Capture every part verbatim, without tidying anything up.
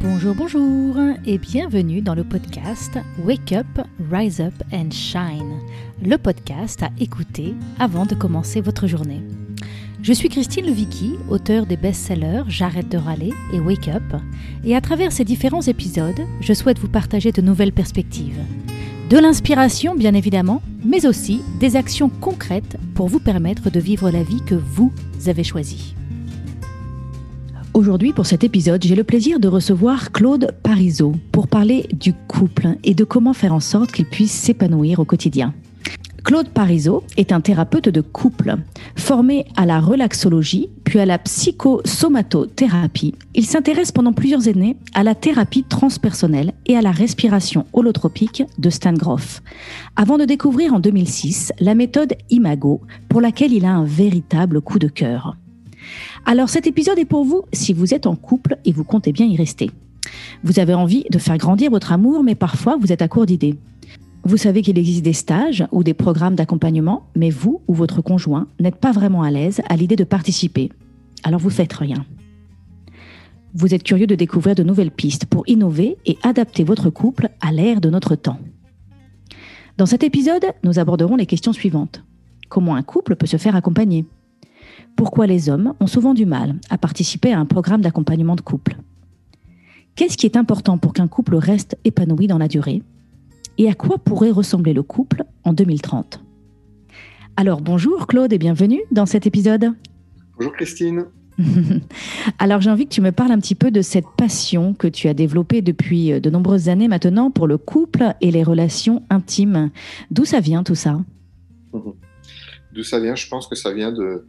Bonjour, bonjour et bienvenue dans le podcast Wake Up, Rise Up and Shine, le podcast à écouter avant de commencer votre journée. Je suis Christine Levicki, auteure des best-sellers J'arrête de râler et Wake Up, et à travers ces différents épisodes, je souhaite vous partager de nouvelles perspectives. De l'inspiration bien évidemment, mais aussi des actions concrètes pour vous permettre de vivre la vie que vous avez choisie. Aujourd'hui, pour cet épisode, j'ai le plaisir de recevoir Claude Parizeau pour parler du couple et de comment faire en sorte qu'il puisse s'épanouir au quotidien. Claude Parizeau est un thérapeute de couple. Formé à la relaxologie, puis à la psychosomatothérapie, il s'intéresse pendant plusieurs années à la thérapie transpersonnelle et à la respiration holotropique de Stan Grof, avant de découvrir en deux mille six la méthode Imago, pour laquelle il a un véritable coup de cœur. Alors cet épisode est pour vous si vous êtes en couple et vous comptez bien y rester. Vous avez envie de faire grandir votre amour, mais parfois vous êtes à court d'idées. Vous savez qu'il existe des stages ou des programmes d'accompagnement, mais vous ou votre conjoint n'êtes pas vraiment à l'aise à l'idée de participer. Alors vous faites rien. Vous êtes curieux de découvrir de nouvelles pistes pour innover et adapter votre couple à l'ère de notre temps. Dans cet épisode, nous aborderons les questions suivantes. Comment un couple peut se faire accompagner ? Pourquoi les hommes ont souvent du mal à participer à un programme d'accompagnement de couple ? Qu'est-ce qui est important pour qu'un couple reste épanoui dans la durée ? Et à quoi pourrait ressembler le couple en deux mille trente ? Alors bonjour Claude et bienvenue dans cet épisode. Bonjour Christine. Alors j'ai envie que tu me parles un petit peu de cette passion que tu as développée depuis de nombreuses années maintenant pour le couple et les relations intimes. D'où ça vient tout ça ? D'où ça vient ? Je pense que ça vient de,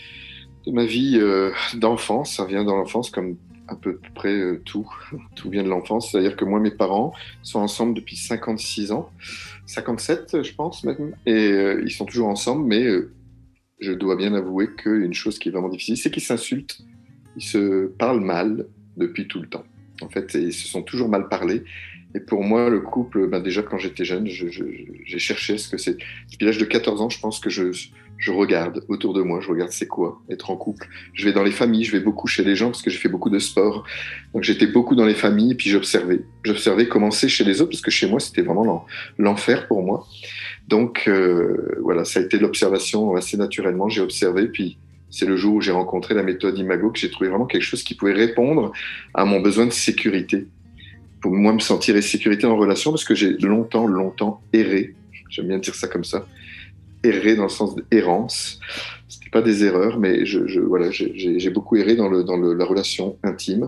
de ma vie euh, d'enfance. Ça vient dans l'enfance comme à peu près euh, tout. Tout vient de l'enfance. C'est-à-dire que moi, mes parents sont ensemble depuis cinquante-six ans. cinquante-sept, je pense même. Et euh, ils sont toujours ensemble, mais euh, je dois bien avouer qu'une chose qui est vraiment difficile, c'est qu'ils s'insultent. Ils se parlent mal depuis tout le temps. En fait, ils se sont toujours mal parlé. Et pour moi, le couple, ben déjà quand j'étais jeune, je, je, j'ai cherché ce que c'est. Depuis l'âge de quatorze ans, je pense que je, je regarde autour de moi, je regarde c'est quoi être en couple. Je vais dans les familles, je vais beaucoup chez les gens parce que j'ai fait beaucoup de sport. Donc j'étais beaucoup dans les familles et puis j'observais. J'observais comment c'est chez les autres parce que chez moi, c'était vraiment l'enfer pour moi. Donc euh, voilà, ça a été l'observation assez naturellement. J'ai observé, puis c'est le jour où j'ai rencontré la méthode Imago que j'ai trouvé vraiment quelque chose qui pouvait répondre à mon besoin de sécurité. Pour moi me sentir en sécurité en relation, parce que j'ai longtemps, longtemps erré, j'aime bien dire ça comme ça, erré dans le sens d'errance, c'était pas des erreurs, mais je, je, voilà, j'ai, j'ai beaucoup erré dans, le, dans le, la relation intime,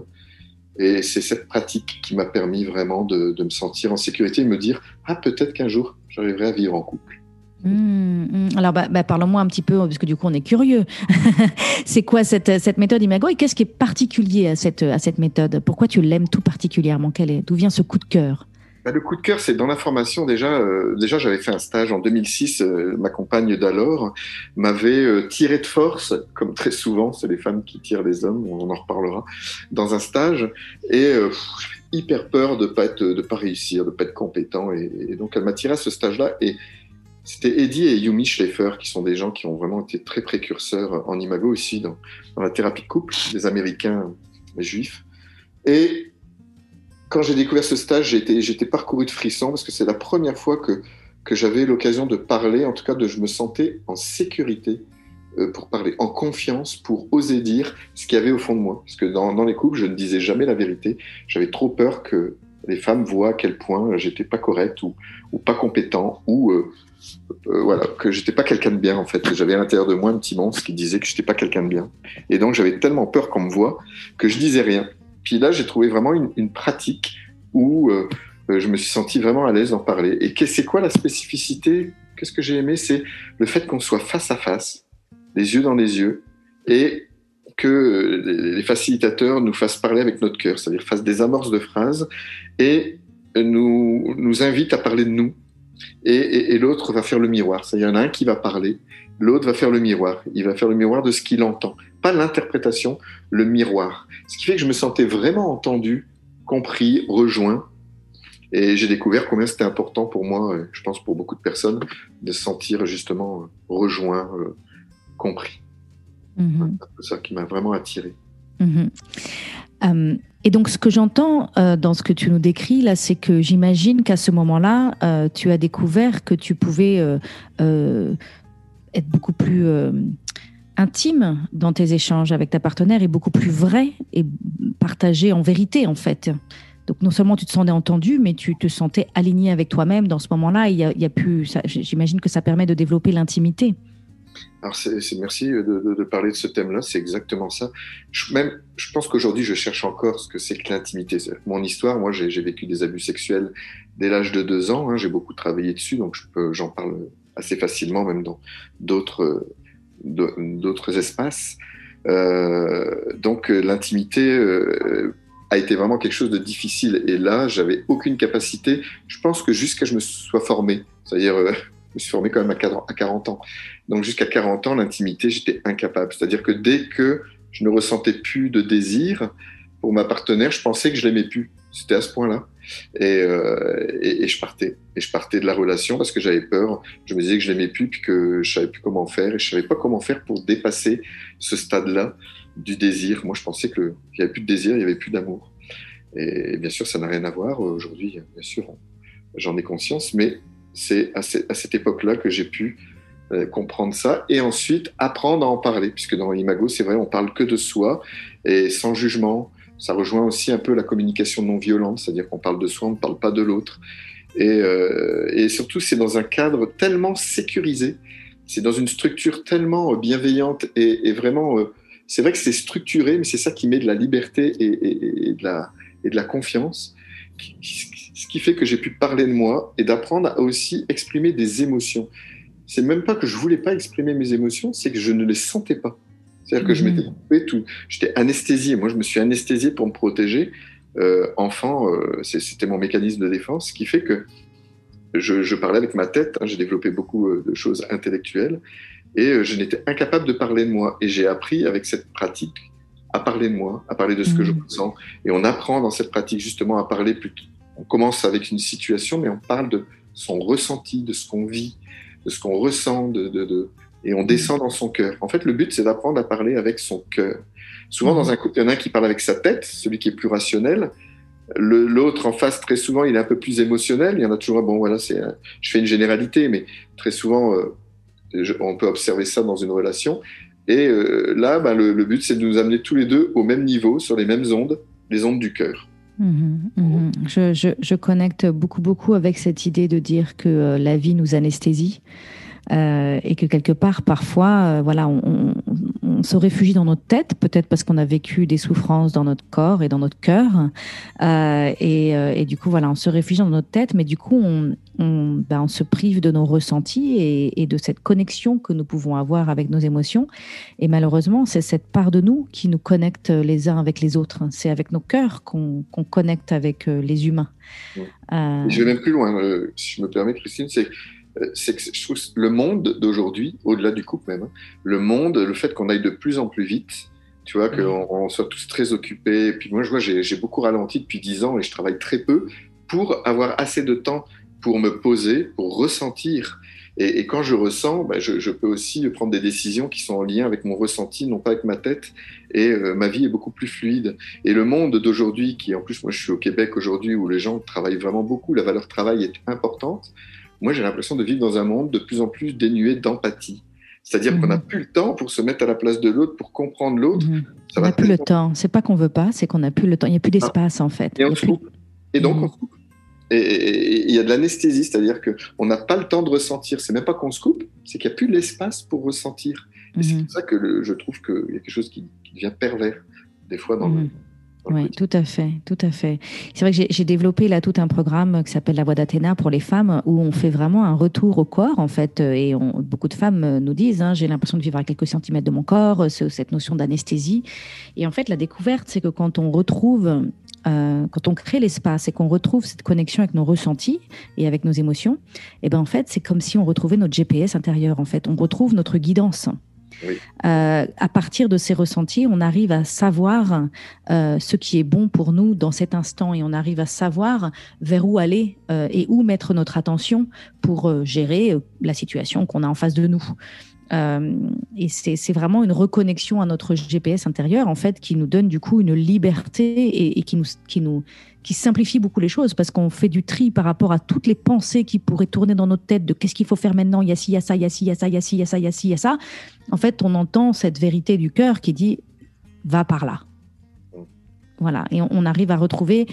et c'est cette pratique qui m'a permis vraiment de, de me sentir en sécurité et me dire, ah peut-être qu'un jour j'arriverai à vivre en couple. Mmh, mmh. Alors, bah, bah, parle-moi un petit peu, parce que du coup, on est curieux. C'est quoi cette, cette méthode Imago et qu'est-ce qui est particulier à cette, à cette méthode ? Pourquoi tu l'aimes tout particulièrement ? Quel est, d'où vient ce coup de cœur ? Bah, le coup de cœur, c'est dans la formation. Déjà, euh, déjà, j'avais fait un stage en deux mille six. Euh, ma compagne d'alors m'avait euh, tiré de force, comme très souvent, c'est les femmes qui tirent les hommes, on en reparlera, dans un stage. Et euh, j'avais hyper peur de pas être, de pas réussir, de pas être compétent. Et, et donc, elle m'a tiré à ce stage-là. Et c'était Eddie et Yumi Schleifer, qui sont des gens qui ont vraiment été très précurseurs en Imago aussi, dans, dans la thérapie de couple, des Américains, les Juifs. Et quand j'ai découvert ce stage, j'ai été, j'étais parcouru de frissons, parce que c'est la première fois que, que j'avais l'occasion de parler, en tout cas, de, je me sentais en sécurité euh, pour parler, en confiance, pour oser dire ce qu'il y avait au fond de moi. Parce que dans, dans les couples, je ne disais jamais la vérité. J'avais trop peur que les femmes voient à quel point j'étais pas correct ou, ou pas compétent, ou... Euh, Euh, voilà, que j'étais pas quelqu'un de bien en fait. J'avais à l'intérieur de moi un petit monstre qui disait que j'étais pas quelqu'un de bien. Et donc j'avais tellement peur qu'on me voie que je disais rien. Puis là, j'ai trouvé vraiment une, une pratique où euh, je me suis senti vraiment à l'aise d'en parler. Et que, c'est quoi la spécificité ? Qu'est-ce que j'ai aimé ? C'est le fait qu'on soit face à face, les yeux dans les yeux, et que les facilitateurs nous fassent parler avec notre cœur, c'est-à-dire fassent des amorces de phrases et nous, nous invitent à parler de nous. Et, et, et l'autre va faire le miroir. C'est-à-dire, il y en a un qui va parler, l'autre va faire le miroir. Il va faire le miroir de ce qu'il entend. Pas l'interprétation, le miroir. Ce qui fait que je me sentais vraiment entendu, compris, rejoint. Et j'ai découvert combien c'était important pour moi, je pense pour beaucoup de personnes, de se sentir justement rejoint, compris. Mm-hmm. C'est ça qui m'a vraiment attiré. Mm-hmm. Um... Et donc, ce que j'entends euh, dans ce que tu nous décris, là, c'est que j'imagine qu'à ce moment-là, euh, tu as découvert que tu pouvais euh, euh, être beaucoup plus euh, intime dans tes échanges avec ta partenaire et beaucoup plus vrai et partagé en vérité, en fait. Donc, non seulement tu te sentais entendu, mais tu te sentais aligné avec toi-même dans ce moment-là. Il y a, il y a plus, ça, j'imagine que ça permet de développer l'intimité. Alors, c'est, c'est, merci de, de, de parler de ce thème-là, c'est exactement ça. Je, même, je pense qu'aujourd'hui, je cherche encore ce que c'est que l'intimité. C'est mon histoire, moi, j'ai, j'ai vécu des abus sexuels dès l'âge de deux ans. Hein, j'ai beaucoup travaillé dessus, donc je peux, j'en parle assez facilement, même dans d'autres, d'autres espaces. Euh, donc, l'intimité euh, a été vraiment quelque chose de difficile. Et là, j'avais aucune capacité. Je pense que jusqu'à ce que je me sois formé, c'est-à-dire... Euh, je me suis formé quand même à quarante ans. Donc jusqu'à quarante ans, l'intimité, j'étais incapable. C'est-à-dire que dès que je ne ressentais plus de désir pour ma partenaire, je pensais que je l'aimais plus. C'était à ce point-là. Et, euh, et, et je partais. Et je partais de la relation parce que j'avais peur. Je me disais que je l'aimais plus puis que je savais plus comment faire. Et je savais pas comment faire pour dépasser ce stade-là du désir. Moi, je pensais qu'il n'y avait plus de désir, il n'y avait plus d'amour. Et, et bien sûr, ça n'a rien à voir. Aujourd'hui, bien sûr, j'en ai conscience, mais c'est à, ce, à cette époque-là que j'ai pu euh, comprendre ça et ensuite apprendre à en parler, puisque dans Imago, c'est vrai, on parle que de soi et sans jugement. Ça rejoint aussi un peu la communication non violente, c'est-à-dire qu'on parle de soi, on ne parle pas de l'autre. Et, euh, et surtout, c'est dans un cadre tellement sécurisé, c'est dans une structure tellement bienveillante et, et vraiment, euh, c'est vrai que c'est structuré, mais c'est ça qui met de la liberté et, et, et, de, la, et de la confiance. Qui, qui, ce qui fait que j'ai pu parler de moi et d'apprendre à aussi exprimer des émotions. C'est même pas que je voulais pas exprimer mes émotions, c'est que je ne les sentais pas. C'est-à-dire que je m'étais coupé tout. J'étais anesthésié. Moi, je me suis anesthésié pour me protéger. Euh, enfant, euh, c'était mon mécanisme de défense, ce qui fait que je, je parlais avec ma tête. Hein, j'ai développé beaucoup euh, de choses intellectuelles et euh, je n'étais incapable de parler de moi. Et j'ai appris avec cette pratique à parler de moi, à parler de ce que je ressens. Et on apprend dans cette pratique justement à parler plutôt. On commence avec une situation, mais on parle de son ressenti, de ce qu'on vit, de ce qu'on ressent, de, de, de... et on descend dans son cœur. En fait, le but, c'est d'apprendre à parler avec son cœur. Souvent, dans un couple, il y en a un qui parle avec sa tête, celui qui est plus rationnel. Le, l'autre en face, très souvent, il est un peu plus émotionnel. Il y en a toujours un, bon, voilà, c'est un... je fais une généralité, mais très souvent, euh, je... on peut observer ça dans une relation. Et euh, là, ben, le, le but, c'est de nous amener tous les deux au même niveau, sur les mêmes ondes, les ondes du cœur. Mmh, mmh. Je, je, je connecte beaucoup, beaucoup avec cette idée de dire que euh, la vie nous anesthésie euh, et que quelque part, parfois, euh, voilà, on, on, on se réfugie dans notre tête, peut-être parce qu'on a vécu des souffrances dans notre corps et dans notre cœur. Euh, et, euh, et du coup, voilà, on se réfugie dans notre tête, mais du coup, on, on, ben, on se prive de nos ressentis et, et de cette connexion que nous pouvons avoir avec nos émotions. Et malheureusement, c'est cette part de nous qui nous connecte les uns avec les autres. C'est avec nos cœurs qu'on, qu'on connecte avec les humains. Ouais. Euh... Je vais même plus loin, euh, si je me permets, Christine, c'est c'est que je trouve le monde d'aujourd'hui, au-delà du couple même, hein, le monde, le fait qu'on aille de plus en plus vite, tu vois, qu'on on soit tous très occupés. Et puis moi, je vois, j'ai, j'ai beaucoup ralenti depuis dix ans et je travaille très peu pour avoir assez de temps pour me poser, pour ressentir. Et, et quand je ressens, ben, je, je peux aussi prendre des décisions qui sont en lien avec mon ressenti, non pas avec ma tête. Et euh, ma vie est beaucoup plus fluide. Et le monde d'aujourd'hui, qui en plus, moi je suis au Québec aujourd'hui, où les gens travaillent vraiment beaucoup, la valeur travail est importante. Moi, j'ai l'impression de vivre dans un monde de plus en plus dénué d'empathie. C'est-à-dire mmh. qu'on n'a plus le temps pour se mettre à la place de l'autre, pour comprendre l'autre. Mmh. Ça on n'a plus le temps. C'est pas qu'on veut pas, c'est qu'on n'a plus le temps. Il n'y a plus d'espace, ah. en fait. Et on se coupe. Et donc, mmh. on se coupe. Et il y a de l'anesthésie, c'est-à-dire qu'on n'a pas le temps de ressentir. C'est même pas qu'on se coupe, c'est qu'il n'y a plus l'espace pour ressentir. Et mmh. c'est pour ça que le, je trouve qu'il y a quelque chose qui, qui devient pervers, des fois, dans mmh. le... Oui, tout à fait, tout à fait. C'est vrai que j'ai, j'ai développé là tout un programme qui s'appelle La Voix d'Athéna pour les femmes, où on fait vraiment un retour au corps, en fait. Et on, beaucoup de femmes nous disent, hein, j'ai l'impression de vivre à quelques centimètres de mon corps, cette notion d'anesthésie. Et en fait, la découverte, c'est que quand on retrouve, euh, quand on crée l'espace et qu'on retrouve cette connexion avec nos ressentis et avec nos émotions, et ben en fait, c'est comme si on retrouvait notre G P S intérieur. En fait, on retrouve notre guidance. Oui. Euh, à partir de ces ressentis, on arrive à savoir euh, ce qui est bon pour nous dans cet instant et on arrive à savoir vers où aller euh, et où mettre notre attention pour euh, gérer euh, la situation qu'on a en face de nous. Euh, et c'est, c'est vraiment une reconnexion à notre G P S intérieur, en fait, qui nous donne du coup une liberté et, et qui, nous, qui, nous, qui simplifie beaucoup les choses parce qu'on fait du tri par rapport à toutes les pensées qui pourraient tourner dans notre tête de qu'est-ce qu'il faut faire maintenant, il y a ci, il y a ça, il y a ci, il y a ça, il y a ci, il y a ça, il y a ci, il y a ça. En fait, on entend cette vérité du cœur qui dit va par là. Voilà. Et on, on arrive à retrouver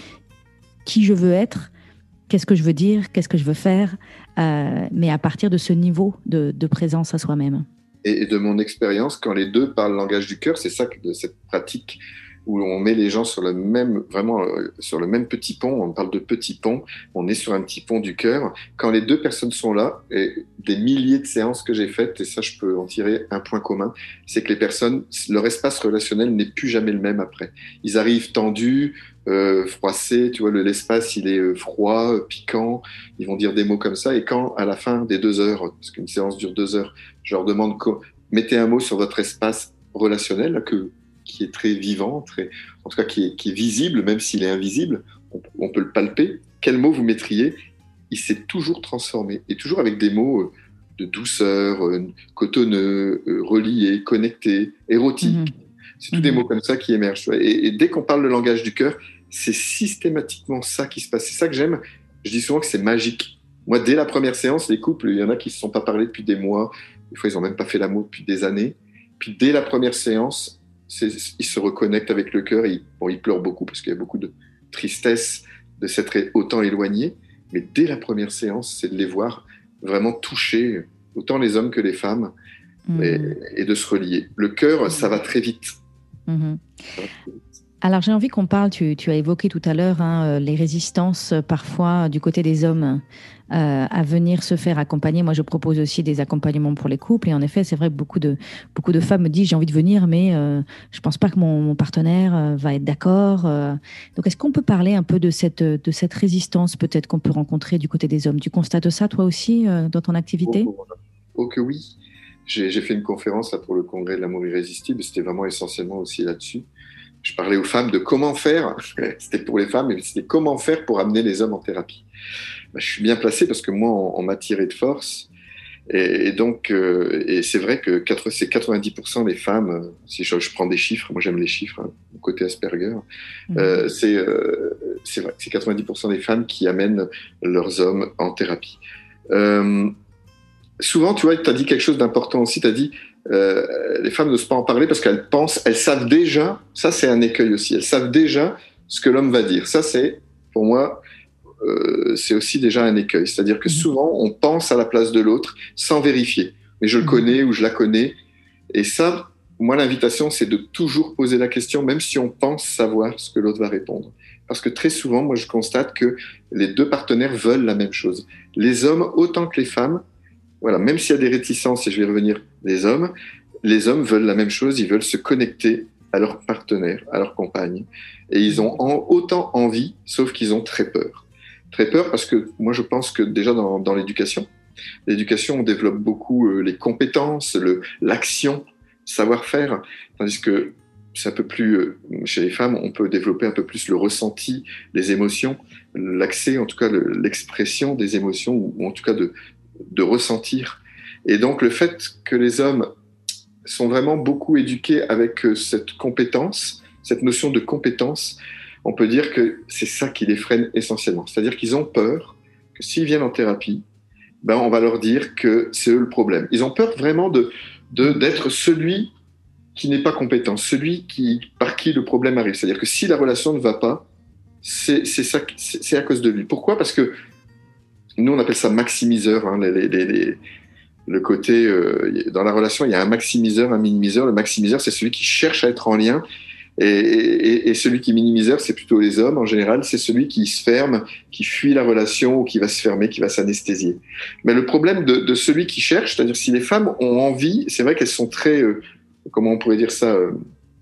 qui je veux être, qu'est-ce que je veux dire, qu'est-ce que je veux faire, euh, mais à partir de ce niveau de, de présence à soi-même. Et, et de mon expérience, quand les deux parlent le langage du cœur, c'est ça, de cette pratique où on met les gens sur le même, vraiment, euh, sur le même petit pont. On parle de petit pont. On est sur un petit pont du cœur. Quand les deux personnes sont là, et des milliers de séances que j'ai faites, et ça, je peux en tirer un point commun, c'est que les personnes, leur espace relationnel n'est plus jamais le même après. Ils arrivent tendus, euh, froissés, tu vois, le, l'espace, il est euh, froid, euh, piquant. Ils vont dire des mots comme ça. Et quand, à la fin des deux heures, parce qu'une séance dure deux heures, je leur demande, mettez un mot sur votre espace relationnel, là, que qui est très vivant, très, en tout cas qui est, qui est visible, même s'il est invisible, on, on peut le palper. Quel mot vous mettriez? Il s'est toujours transformé, et toujours avec des mots de douceur, euh, cotonneux, euh, reliés, connectés, érotiques. Mmh. C'est tous mmh. des mots comme ça qui émergent. Et, et dès qu'on parle le langage du cœur, c'est systématiquement ça qui se passe. C'est ça que j'aime. Je dis souvent que c'est magique. Moi, dès la première séance, les couples, il y en a qui ne se sont pas parlé depuis des mois, des fois ils n'ont même pas fait l'amour depuis des années. Puis dès la première séance, c'est, ils se reconnectent avec le cœur. Et ils, bon, ils pleurent beaucoup parce qu'il y a beaucoup de tristesse de s'être autant éloignés. Mais dès la première séance, c'est de les voir vraiment toucher, autant les hommes que les femmes, mmh. et, et de se relier. Le cœur, mmh. ça va très vite. Mmh. Ça va très vite. Alors, j'ai envie qu'on parle, tu, tu as évoqué tout à l'heure hein, les résistances parfois du côté des hommes euh, à venir se faire accompagner. Moi, je propose aussi des accompagnements pour les couples. Et en effet, c'est vrai que beaucoup de, beaucoup de femmes me disent « j'ai envie de venir, mais euh, je ne pense pas que mon, mon partenaire euh, va être d'accord. Euh. » Donc, est-ce qu'on peut parler un peu de cette, de cette résistance peut-être qu'on peut rencontrer du côté des hommes? Tu constates ça, toi aussi, euh, dans ton activité? Oh, oh que oui. J'ai, j'ai fait une conférence là, pour le congrès de l'amour irrésistible. C'était vraiment essentiellement aussi là-dessus. Je parlais aux femmes de comment faire, c'était pour les femmes, mais c'était comment faire pour amener les hommes en thérapie. Ben, je suis bien placé parce que moi, on, on m'a tiré de force. Et, et donc, euh, et c'est vrai que quatre, c'est quatre-vingt-dix pour cent des femmes, si je, je prends des chiffres, moi j'aime les chiffres, hein, côté Asperger, mmh. euh, c'est, euh, c'est vrai, c'est quatre-vingt-dix pour cent des femmes qui amènent leurs hommes en thérapie. Euh, souvent, tu vois, tu as dit quelque chose d'important aussi, tu as dit, Euh, les femmes n'osent pas en parler parce qu'elles pensent, elles savent déjà, ça c'est un écueil aussi, elles savent déjà ce que l'homme va dire. Ça c'est, pour moi, euh, c'est aussi déjà un écueil. C'est-à-dire que souvent, on pense à la place de l'autre sans vérifier. Mais je le connais ou je la connais. Et ça, moi, l'invitation, c'est de toujours poser la question, même si on pense savoir ce que l'autre va répondre. Parce que très souvent, moi, je constate que les deux partenaires veulent la même chose. Les hommes, autant que les femmes, voilà, même s'il y a des réticences, et je vais revenir, les hommes, les hommes veulent la même chose, ils veulent se connecter à leur partenaire, à leur compagne. Et ils ont en, autant envie, sauf qu'ils ont très peur. Très peur parce que moi, je pense que déjà dans, dans l'éducation, l'éducation, on développe beaucoup euh, les compétences, le, l'action, savoir-faire, tandis que c'est un peu plus, euh, chez les femmes, on peut développer un peu plus le ressenti, les émotions, l'accès, en tout cas le, l'expression des émotions, ou, ou en tout cas de de ressentir. Et donc, le fait que les hommes sont vraiment beaucoup éduqués avec cette compétence, cette notion de compétence, on peut dire que c'est ça qui les freine essentiellement. C'est-à-dire qu'ils ont peur que s'ils viennent en thérapie, ben, on va leur dire que c'est eux le problème. Ils ont peur vraiment de, de, d'être celui qui n'est pas compétent, celui qui, par qui le problème arrive. C'est-à-dire que si la relation ne va pas, c'est, c'est, ça, c'est, c'est à cause de lui. Pourquoi ? Parce que nous, on appelle ça maximiseur. Hein, les, les, les, le côté, euh, dans la relation, il y a un maximiseur, un minimiseur. Le maximiseur, c'est celui qui cherche à être en lien. Et, et, et celui qui est minimiseur, c'est plutôt les hommes. En général, c'est celui qui se ferme, qui fuit la relation ou qui va se fermer, qui va s'anesthésier. Mais le problème de, de celui qui cherche, c'est-à-dire si les femmes ont envie, c'est vrai qu'elles sont très, euh, comment on pourrait dire ça, euh,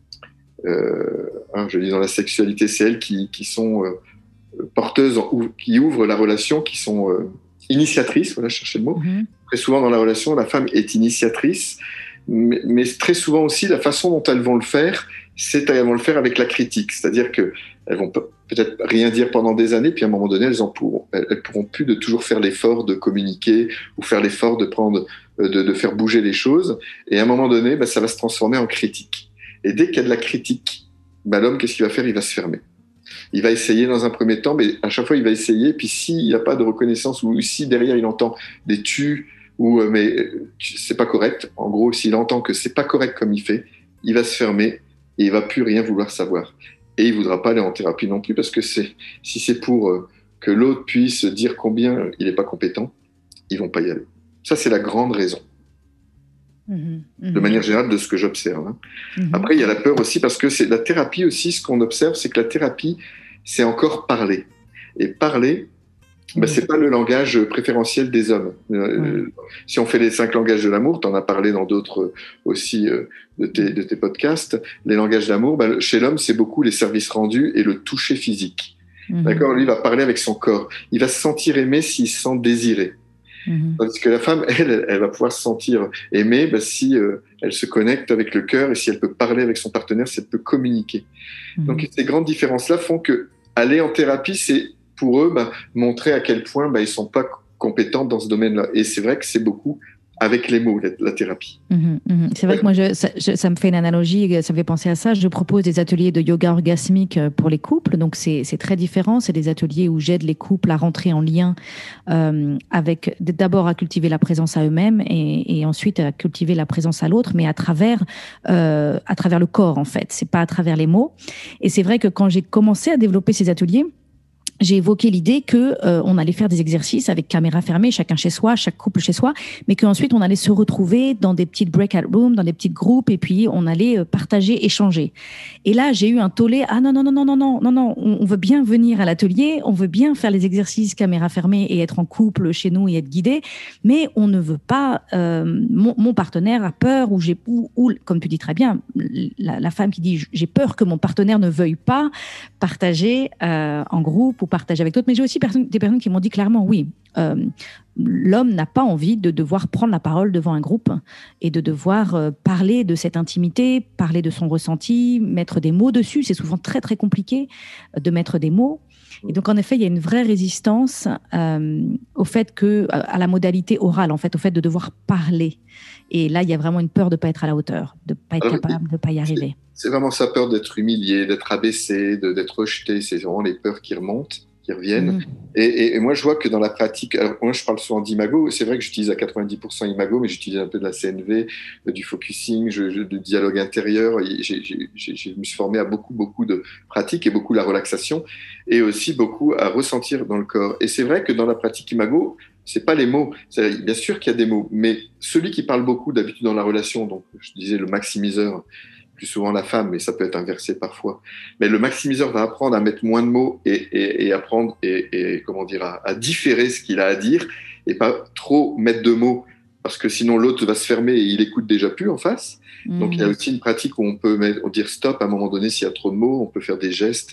euh, hein, je dis dans la sexualité, c'est elles qui, qui sont... Euh, porteuses ou, qui ouvrent la relation, qui sont euh, initiatrices, voilà, cherchez le mot. Mm-hmm. Très souvent dans la relation, la femme est initiatrice, mais, mais très souvent aussi, la façon dont elles vont le faire, c'est qu'elles vont le faire avec la critique. C'est-à-dire qu'elles vont peut-être rien dire pendant des années, puis à un moment donné, elles en pourront, elles, elles pourront plus de toujours faire l'effort de communiquer ou faire l'effort de prendre de, de faire bouger les choses. Et à un moment donné, bah, ça va se transformer en critique. Et dès qu'il y a de la critique, bah, l'homme, qu'est-ce qu'il va faire? Il va se fermer. Il va essayer dans un premier temps, mais à chaque fois, il va essayer. Puis s'il n'y a pas de reconnaissance, ou si derrière, il entend des tu, ou euh, mais euh, c'est pas correct. En gros, s'il entend que c'est pas correct comme il fait, il va se fermer et il va plus rien vouloir savoir. Et il voudra pas aller en thérapie non plus, parce que c'est, si c'est pour euh, que l'autre puisse dire combien il n'est pas compétent, ils vont pas y aller. Ça, c'est la grande raison. Mmh, mmh. De manière générale, de ce que j'observe. Hein. Mmh. Après, il y a la peur aussi, parce que c'est la thérapie aussi, ce qu'on observe, c'est que la thérapie, c'est encore parler. Et parler, mmh. ben, c'est pas le langage préférentiel des hommes. Mmh. Euh, si on fait les cinq langages de l'amour, tu en as parlé dans d'autres aussi euh, de, tes, de tes podcasts, les langages d'amour, ben, chez l'homme, c'est beaucoup les services rendus et le toucher physique. Mmh. D'accord ? Lui, il va parler avec son corps. Il va se sentir aimé s'il se sent désiré. Mmh. Tandis que la femme, elle, elle va pouvoir se sentir aimée bah, si euh, elle se connecte avec le cœur et si elle peut parler avec son partenaire, si elle peut communiquer. Mmh. Donc ces grandes différences-là font que aller en thérapie, c'est pour eux bah, montrer à quel point bah, ils sont pas compétents dans ce domaine-là. Et c'est vrai que c'est beaucoup avec les mots, la, la thérapie. Mmh, mmh. C'est vrai que moi, je, ça, je, ça me fait une analogie, ça me fait penser à ça. Je propose des ateliers de yoga orgasmique pour les couples. Donc, c'est, c'est très différent. C'est des ateliers où j'aide les couples à rentrer en lien euh, avec, d'abord à cultiver la présence à eux-mêmes et, et ensuite à cultiver la présence à l'autre, mais à travers, euh, à travers le corps, en fait. C'est pas à travers les mots. Et c'est vrai que quand j'ai commencé à développer ces ateliers, j'ai évoqué l'idée que euh, on allait faire des exercices avec caméra fermée, chacun chez soi, chaque couple chez soi, mais qu'ensuite on allait se retrouver dans des petites breakout rooms, dans des petits groupes, et puis on allait partager, échanger. Et là, j'ai eu un tollé. Ah non non non non non non non non, on veut bien venir à l'atelier, on veut bien faire les exercices caméra fermée et être en couple chez nous et être guidé, mais on ne veut pas. Euh, mon, mon partenaire a peur ou j'ai ou, ou comme tu dis très bien, la, la femme qui dit j'ai peur que mon partenaire ne veuille pas partager euh, en groupe ou partager avec d'autres, mais j'ai aussi personne, des personnes qui m'ont dit clairement, oui, euh, l'homme n'a pas envie de devoir prendre la parole devant un groupe et de devoir euh, parler de cette intimité, parler de son ressenti, mettre des mots dessus. C'est souvent très, très compliqué de mettre des mots. Et donc, en effet, il y a une vraie résistance euh, au fait que, à la modalité orale, en fait, au fait de devoir parler. Et là, il y a vraiment une peur de ne pas être à la hauteur, de ne pas être Alors, capable, de ne pas y arriver. C'est, c'est vraiment sa peur d'être humilié, d'être abaissé, de, d'être rejeté. C'est vraiment les peurs qui remontent, qui reviennent. Mmh. Et, et, et moi, je vois que dans la pratique, alors moi, je parle souvent d'imago. C'est vrai que j'utilise à quatre-vingt-dix pour cent imago, mais j'utilise un peu de la C N V, du focusing, je, je, du dialogue intérieur. J'ai, j'ai, j'ai, je me suis formé à beaucoup, beaucoup de pratiques et beaucoup la relaxation et aussi beaucoup à ressentir dans le corps. Et c'est vrai que dans la pratique imago, c'est pas les mots. C'est, bien sûr qu'il y a des mots, mais celui qui parle beaucoup d'habitude dans la relation, donc je disais le maximiseur, plus souvent la femme, mais ça peut être inversé parfois. Mais le maximiseur va apprendre à mettre moins de mots et, et, et apprendre et, et comment dire à, à différer ce qu'il a à dire et pas trop mettre de mots parce que sinon l'autre va se fermer et il écoute déjà plus en face. Mmh. Donc il y a aussi une pratique où on peut mettre, dire stop à un moment donné s'il y a trop de mots, on peut faire des gestes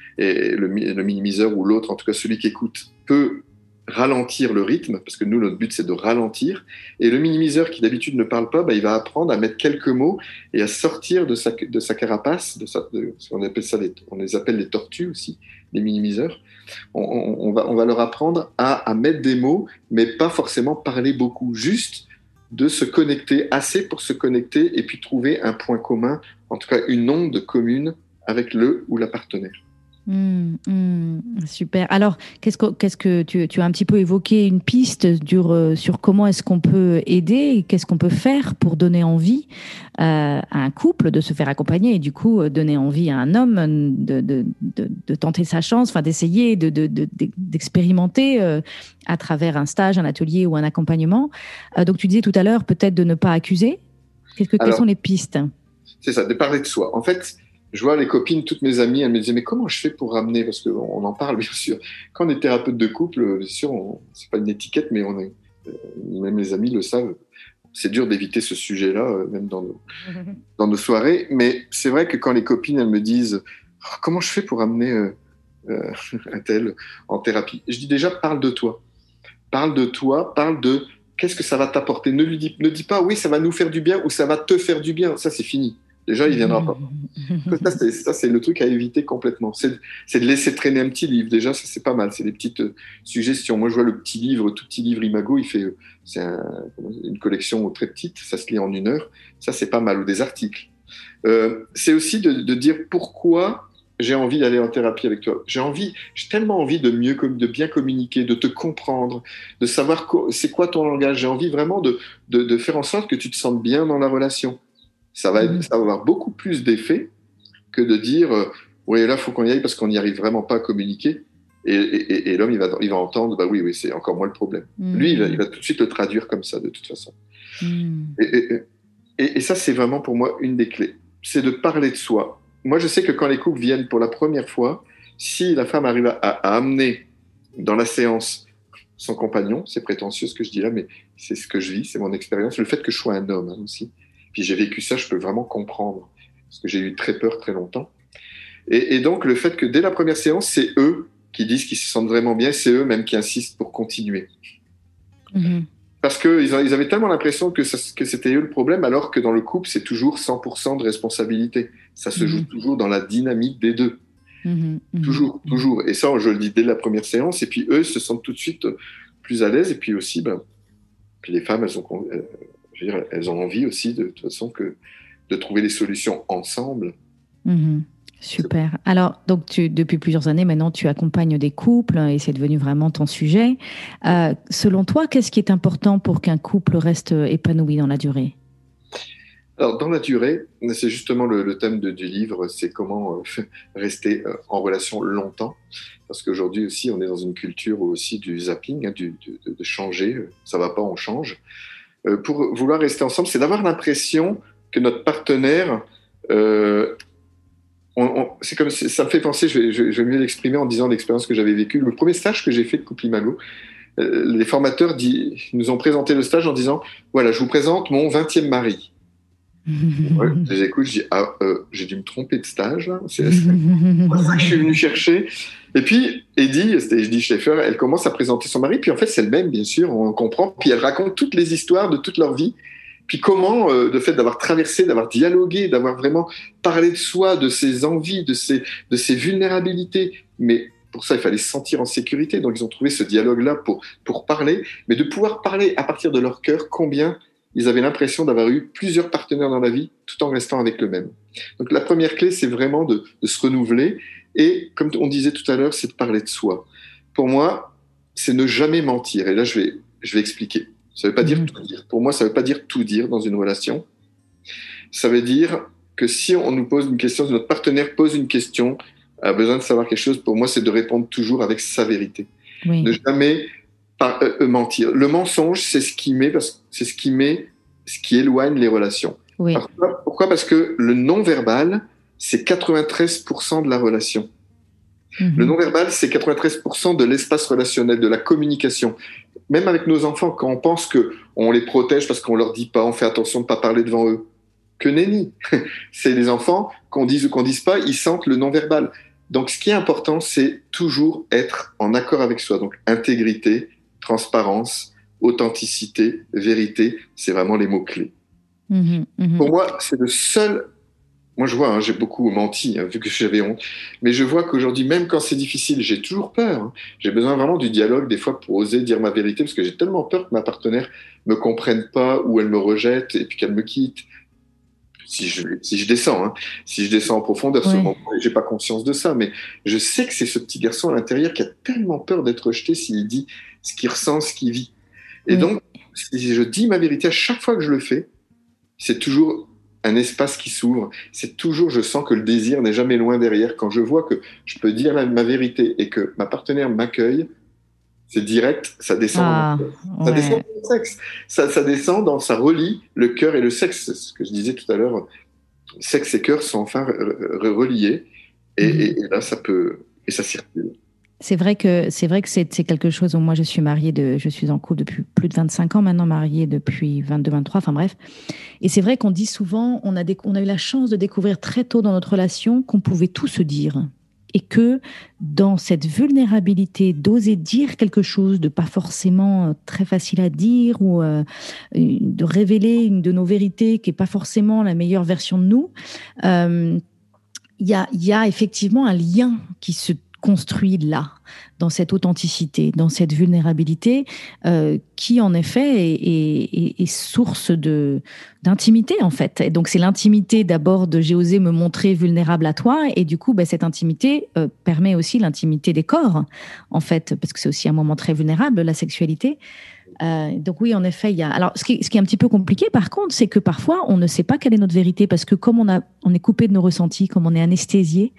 et le, le minimiseur ou l'autre, en tout cas celui qui écoute, peut ralentir le rythme, parce que nous, notre but, c'est de ralentir. Et le minimiseur, qui d'habitude ne parle pas, bah, il va apprendre à mettre quelques mots et à sortir de sa, de sa carapace, de sa, de, on, appelle ça les, on les appelle les tortues aussi, les minimiseurs. On, on, on, va, on va leur apprendre à, à mettre des mots, mais pas forcément parler beaucoup, juste de se connecter, assez pour se connecter et puis trouver un point commun, en tout cas une onde commune avec le ou la partenaire. Mmh, mmh, super. Alors, qu'est-ce que, qu'est-ce que tu, tu as un petit peu évoqué une piste sur, sur comment est-ce qu'on peut aider et qu'est-ce qu'on peut faire pour donner envie euh, à un couple de se faire accompagner et du coup donner envie à un homme de, de, de, de tenter sa chance, enfin d'essayer de, de, de, d'expérimenter euh, à travers un stage, un atelier ou un accompagnement. Euh, donc, tu disais tout à l'heure peut-être de ne pas accuser. Qu'est-ce que, Alors, quelles sont les pistes ? C'est ça, de parler de soi. En fait, je vois les copines, toutes mes amies, elles me disaient mais comment je fais pour ramener, parce qu'on en parle bien sûr. Quand on est thérapeute de couple, bien sûr, on, c'est pas une étiquette, mais on est, même les amis le savent. C'est dur d'éviter ce sujet-là, même dans nos, dans nos soirées. Mais c'est vrai que quand les copines, elles me disent oh, comment je fais pour ramener euh, euh, un tel en thérapie, je dis déjà parle de toi, parle de toi, parle de qu'est-ce que ça va t'apporter. Ne lui dis, ne dis pas oui ça va nous faire du bien ou ça va te faire du bien. Ça c'est fini. Déjà, il viendra pas. Ça, c'est, ça, c'est le truc à éviter complètement. C'est, c'est de laisser traîner un petit livre. Déjà, ça, c'est pas mal. C'est des petites euh, suggestions. Moi, je vois le petit livre, tout petit livre Imago, il fait, euh, c'est un, une collection très petite. Ça se lit en une heure. Ça, c'est pas mal. Ou des articles. Euh, c'est aussi de, de dire pourquoi j'ai envie d'aller en thérapie avec toi. J'ai envie, j'ai tellement envie de mieux, de bien communiquer, de te comprendre, de savoir co- c'est quoi ton langage. J'ai envie vraiment de, de, de faire en sorte que tu te sentes bien dans la relation. Ça va, être, ça va avoir beaucoup plus d'effet que de dire euh, oui, là, il faut qu'on y aille parce qu'on n'y arrive vraiment pas à communiquer. Et, et, et l'homme, il va, il va entendre bah oui, oui, c'est encore moi le problème. Mmh. Lui, il va, il va tout de suite le traduire comme ça, de toute façon. Mmh. Et, et, et, et ça, c'est vraiment pour moi une des clés. C'est de parler de soi. Moi, je sais que quand les couples viennent pour la première fois, si la femme arrive à, à amener dans la séance son compagnon, c'est prétentieux ce que je dis là, mais c'est ce que je vis, c'est mon expérience. Le fait que je sois un homme hein, aussi. Puis j'ai vécu ça, je peux vraiment comprendre, parce que j'ai eu très peur très longtemps. Et, et donc, le fait que dès la première séance, c'est eux qui disent qu'ils se sentent vraiment bien, c'est eux même qui insistent pour continuer. Mmh. Parce qu'ils ils avaient tellement l'impression que, ça, que c'était eux le problème, alors que dans le couple, c'est toujours cent pour cent de responsabilité. Ça se mmh. joue toujours dans la dynamique des deux. Mmh. Toujours, mmh. toujours. Et ça, je le dis dès la première séance, et puis eux se sentent tout de suite plus à l'aise, et puis aussi, ben, puis les femmes, elles ont... Elles, je veux dire, elles ont envie aussi, de, de toute façon, que, de trouver des solutions ensemble. Mmh, super. Alors, donc, tu, depuis plusieurs années, maintenant, tu accompagnes des couples et c'est devenu vraiment ton sujet. Euh, selon toi, qu'est-ce qui est important pour qu'un couple reste épanoui dans la durée ? Alors, dans la durée, c'est justement le, le thème de, du livre, c'est comment euh, rester euh, en relation longtemps. Parce qu'aujourd'hui aussi, on est dans une culture aussi du zapping, hein, du, de, de changer. Ça va pas, on change. Euh, pour vouloir rester ensemble, c'est d'avoir l'impression que notre partenaire, euh, on, on, c'est comme ça me fait penser, je vais, je, je vais mieux l'exprimer en disant l'expérience que j'avais vécue. Le premier stage que j'ai fait de Couple Imago, euh, les formateurs dit, nous ont présenté le stage en disant voilà, je vous présente mon vingtième mari. Ouais, je les écoute, je dis ah, euh, j'ai dû me tromper de stage là. C'est, c'est ça que je suis venu chercher. Et puis Eddie, c'était Eddie Schaeffer, elle commence à présenter son mari, puis en fait c'est le même bien sûr, on comprend. Puis elle raconte toutes les histoires de toute leur vie. Puis comment, euh, le fait d'avoir traversé, d'avoir dialogué, d'avoir vraiment parlé de soi, de ses envies, de ses, de ses vulnérabilités. Mais pour ça, il fallait se sentir en sécurité. Donc ils ont trouvé ce dialogue-là pour pour parler, mais de pouvoir parler à partir de leur cœur. Combien ils avaient l'impression d'avoir eu plusieurs partenaires dans la vie, tout en restant avec le même. Donc la première clé, c'est vraiment de, de se renouveler. Et comme on disait tout à l'heure, c'est de parler de soi. Pour moi, c'est ne jamais mentir. Et là, je vais, je vais expliquer. Ça ne veut pas dire tout dire. Pour moi, ça ne veut pas dire tout dire dans une relation. Ça veut dire que si on nous pose une question, si notre partenaire pose une question, a besoin de savoir quelque chose, pour moi, c'est de répondre toujours avec sa vérité. Oui. Ne jamais par, euh, mentir. Le mensonge, c'est ce qui met, parce, c'est ce qui met, ce qui éloigne les relations. Oui. Pourquoi, pourquoi Parce que le non-verbal, c'est quatre-vingt-treize pour cent de la relation. Mmh. Le non-verbal, c'est quatre-vingt-treize pour cent de l'espace relationnel, de la communication. Même avec nos enfants, quand on pense qu'on les protège parce qu'on leur dit pas, on fait attention de pas parler devant eux. Que nenni. C'est les enfants, qu'on dise ou qu'on dise pas, ils sentent le non-verbal. Donc, ce qui est important, c'est toujours être en accord avec soi. Donc, intégrité, transparence, authenticité, vérité, c'est vraiment les mots-clés. Mmh, mmh. Pour moi, c'est le seul... Moi, je vois, hein, j'ai beaucoup menti, hein, vu que j'avais honte. Mais je vois qu'aujourd'hui, même quand c'est difficile, j'ai toujours peur. Hein. J'ai besoin vraiment du dialogue, des fois, pour oser dire ma vérité, parce que j'ai tellement peur que ma partenaire me comprenne pas ou elle me rejette et puis qu'elle me quitte. Si je, si je descends, hein, si je descends en profondeur, oui. Sûrement, j'ai pas conscience de ça, mais je sais que c'est ce petit garçon à l'intérieur qui a tellement peur d'être rejeté s'il dit ce qu'il ressent, ce qu'il vit. Et oui. Donc, si je dis ma vérité à chaque fois que je le fais, c'est toujours un espace qui s'ouvre. C'est toujours, je sens que le désir n'est jamais loin derrière. Quand je vois que je peux dire la, ma vérité et que ma partenaire m'accueille, c'est direct, ça descend ah, dans mon ça ouais. descend dans le sexe. Ça, ça descend dans, ça relie le cœur et le sexe. C'est ce que je disais tout à l'heure. Sexe et cœur sont enfin re- re- reliés. Et, mm-hmm. et, et là, ça peut, et ça circule. C'est vrai que c'est vrai que c'est, c'est quelque chose où moi je suis mariée de, je suis en couple depuis plus de vingt-cinq ans maintenant, mariée depuis vingt-deux, vingt-trois, enfin bref. Et c'est vrai qu'on dit souvent, on a, des, on a eu la chance de découvrir très tôt dans notre relation qu'on pouvait tout se dire. et que dans cette vulnérabilité d'oser dire quelque chose de pas forcément très facile à dire ou euh, de révéler une de nos vérités qui est pas forcément la meilleure version de nous, euh, il y a, il y a effectivement un lien qui se construit là, dans cette authenticité, dans cette vulnérabilité, euh, qui en effet est, est, est source de, d'intimité en fait. Et donc c'est l'intimité d'abord de j'ai osé me montrer vulnérable à toi, et du coup bah, cette intimité euh, permet aussi l'intimité des corps en fait, parce que c'est aussi un moment très vulnérable, la sexualité. Euh, donc oui, en effet, il y a. Alors, ce qui, ce qui est un petit peu compliqué, par contre, c'est que parfois, on ne sait pas quelle est notre vérité, parce que comme on a, on est coupé de nos ressentis, comme on est anesthésié,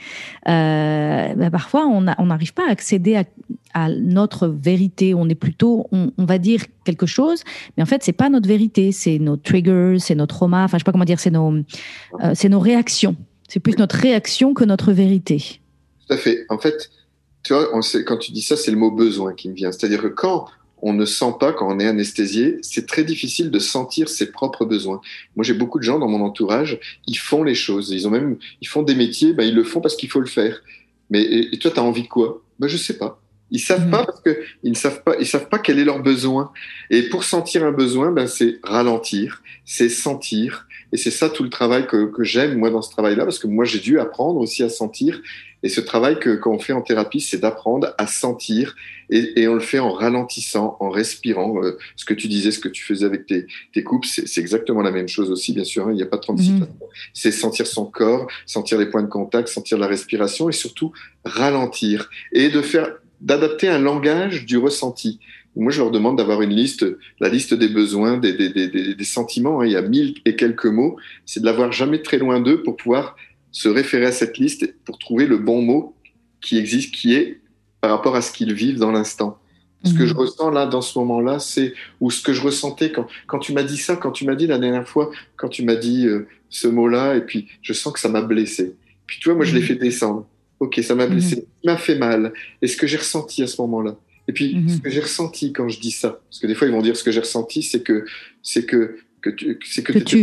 euh, bah, parfois, on n'arrive pas à accéder à, à notre vérité. On est plutôt, on, on va dire quelque chose, mais en fait, c'est pas notre vérité, c'est nos triggers, c'est nos traumas. Enfin, je sais pas comment dire, c'est nos, euh, c'est nos réactions. C'est plus notre réaction que notre vérité. Tout à fait. En fait, tu vois, on sait, quand tu dis ça, c'est le mot besoin qui me vient. C'est-à-dire que quand on ne sent pas, quand on est anesthésié, c'est très difficile de sentir ses propres besoins. Moi, j'ai beaucoup de gens dans mon entourage, ils font les choses. Ils ont même, ils font des métiers, ben, ils le font parce qu'il faut le faire. Mais et, et toi, tu as envie de quoi? Ben, je sais pas. Ils savent mmh. pas parce que ils ne savent pas, ils savent pas quel est leur besoin. Et pour sentir un besoin, ben, c'est ralentir, c'est sentir. Et c'est ça tout le travail que, que j'aime, moi, dans ce travail-là, parce que moi, j'ai dû apprendre aussi à sentir. Et ce travail que, qu'on fait en thérapie, c'est d'apprendre à sentir. Et, et on le fait en ralentissant, en respirant. Euh, ce que tu disais, ce que tu faisais avec tes, tes couples, c'est, c'est exactement la même chose aussi, bien sûr. Hein, il n'y a pas trente-six mmh. C'est sentir son corps, sentir les points de contact, sentir la respiration et surtout ralentir. Et de faire, d'adapter un langage du ressenti. Moi, je leur demande d'avoir une liste, la liste des besoins, des, des, des, des, des sentiments. Hein, il y a mille et quelques mots. C'est de l'avoir jamais très loin d'eux pour pouvoir se référer à cette liste pour trouver le bon mot qui existe, qui est par rapport à ce qu'ils vivent dans l'instant. Ce mmh. que je ressens là, dans ce moment-là, c'est, ou ce que je ressentais quand, quand tu m'as dit ça, quand tu m'as dit la dernière fois, quand tu m'as dit euh, ce mot-là, et puis je sens que ça m'a blessé. Puis tu vois, moi, mmh. je l'ai fait descendre. Ok, ça m'a blessé, mmh. ça m'a fait mal. Et ce que j'ai ressenti à ce moment-là. Et puis, mmh. ce que j'ai ressenti quand je dis ça, parce que des fois, ils vont dire ce que j'ai ressenti, c'est que, c'est que, que tu, c'est que, que tu.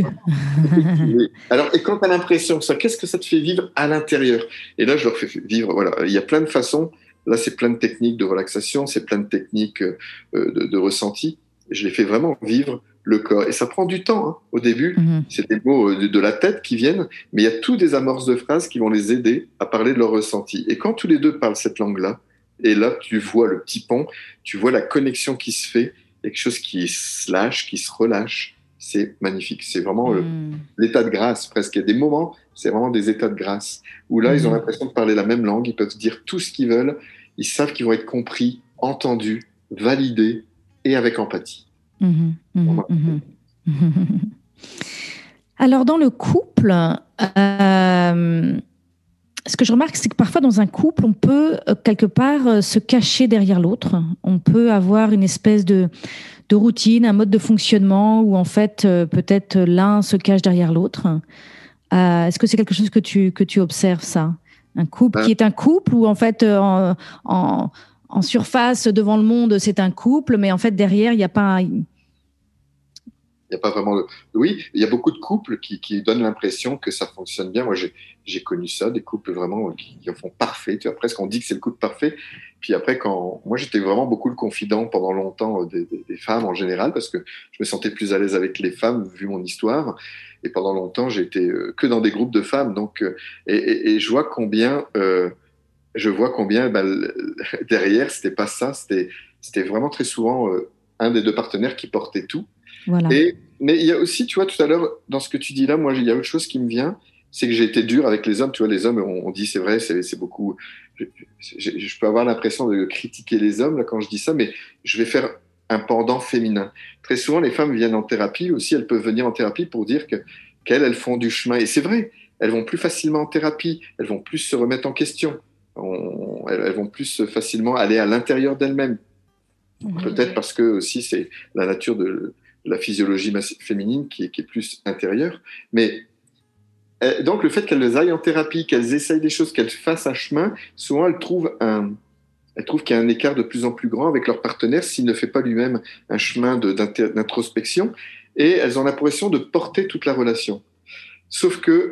Alors, et quand tu as l'impression que ça, qu'est-ce que ça te fait vivre à l'intérieur? Et là, je leur fais vivre, voilà, il y a plein de façons. Là, c'est plein de techniques de relaxation, c'est plein de techniques euh, de, de ressenti. Je les fais vraiment vivre le corps. Et ça prend du temps. Hein. Au début, mmh. c'est des mots de, de la tête qui viennent, mais il y a tous des amorces de phrases qui vont les aider à parler de leur ressenti. Et quand tous les deux parlent cette langue-là, et là, tu vois le petit pont, tu vois la connexion qui se fait, quelque chose qui se lâche, qui se relâche. C'est magnifique. C'est vraiment mmh. euh, l'état de grâce, presque. Il y a des moments, c'est vraiment des états de grâce, où là, mmh. ils ont l'impression de parler la même langue, ils peuvent dire tout ce qu'ils veulent, ils savent qu'ils vont être compris, entendus, validés, et avec empathie. Mmh. Mmh. Mmh. Alors, dans le couple, euh, ce que je remarque, c'est que parfois, dans un couple, on peut, euh, quelque part, euh, se cacher derrière l'autre. On peut avoir une espèce de... de routine, un mode de fonctionnement où en fait euh, peut-être l'un se cache derrière l'autre. Euh, est-ce que c'est quelque chose que tu que tu observes ça? Un couple euh. qui est un couple où en fait euh, en, en, en surface devant le monde c'est un couple, mais en fait derrière il n'y a pas. Un... Il n'y a pas vraiment de... Oui, il y a beaucoup de couples qui, qui donnent l'impression que ça fonctionne bien. Moi, j'ai, j'ai connu ça, des couples vraiment qui, qui en font parfait. Tu vois, presque on dit que c'est le couple parfait. Puis après, quand moi, j'étais vraiment beaucoup le confident pendant longtemps des, des, des femmes en général, parce que je me sentais plus à l'aise avec les femmes vu mon histoire. Et pendant longtemps, j'ai été que dans des groupes de femmes. Donc, et, et, et je vois combien, euh, je vois combien ben, derrière, c'était pas ça. C'était, c'était vraiment très souvent euh, un des deux partenaires qui portait tout. Voilà. Et, mais il y a aussi, tu vois, tout à l'heure, dans ce que tu dis là, moi, il y a autre chose qui me vient, c'est que j'ai été dur avec les hommes. Tu vois, les hommes, on, on dit, c'est vrai, c'est, c'est beaucoup... Je, je, je peux avoir l'impression de critiquer les hommes là, quand je dis ça, mais je vais faire un pendant féminin. Très souvent, les femmes viennent en thérapie aussi, elles peuvent venir en thérapie pour dire que, qu'elles, elles font du chemin. Et c'est vrai, elles vont plus facilement en thérapie, elles vont plus se remettre en question, on, elles, elles vont plus facilement aller à l'intérieur d'elles-mêmes. Mmh. Peut-être parce que aussi, c'est la nature de... la physiologie féminine qui est, qui est plus intérieure. Mais euh, donc, le fait qu'elles aillent en thérapie, qu'elles essayent des choses, qu'elles fassent un chemin, souvent, elles trouvent, un, elles trouvent qu'il y a un écart de plus en plus grand avec leur partenaire s'il ne fait pas lui-même un chemin de, d'introspection. Et elles ont l'impression de porter toute la relation. Sauf que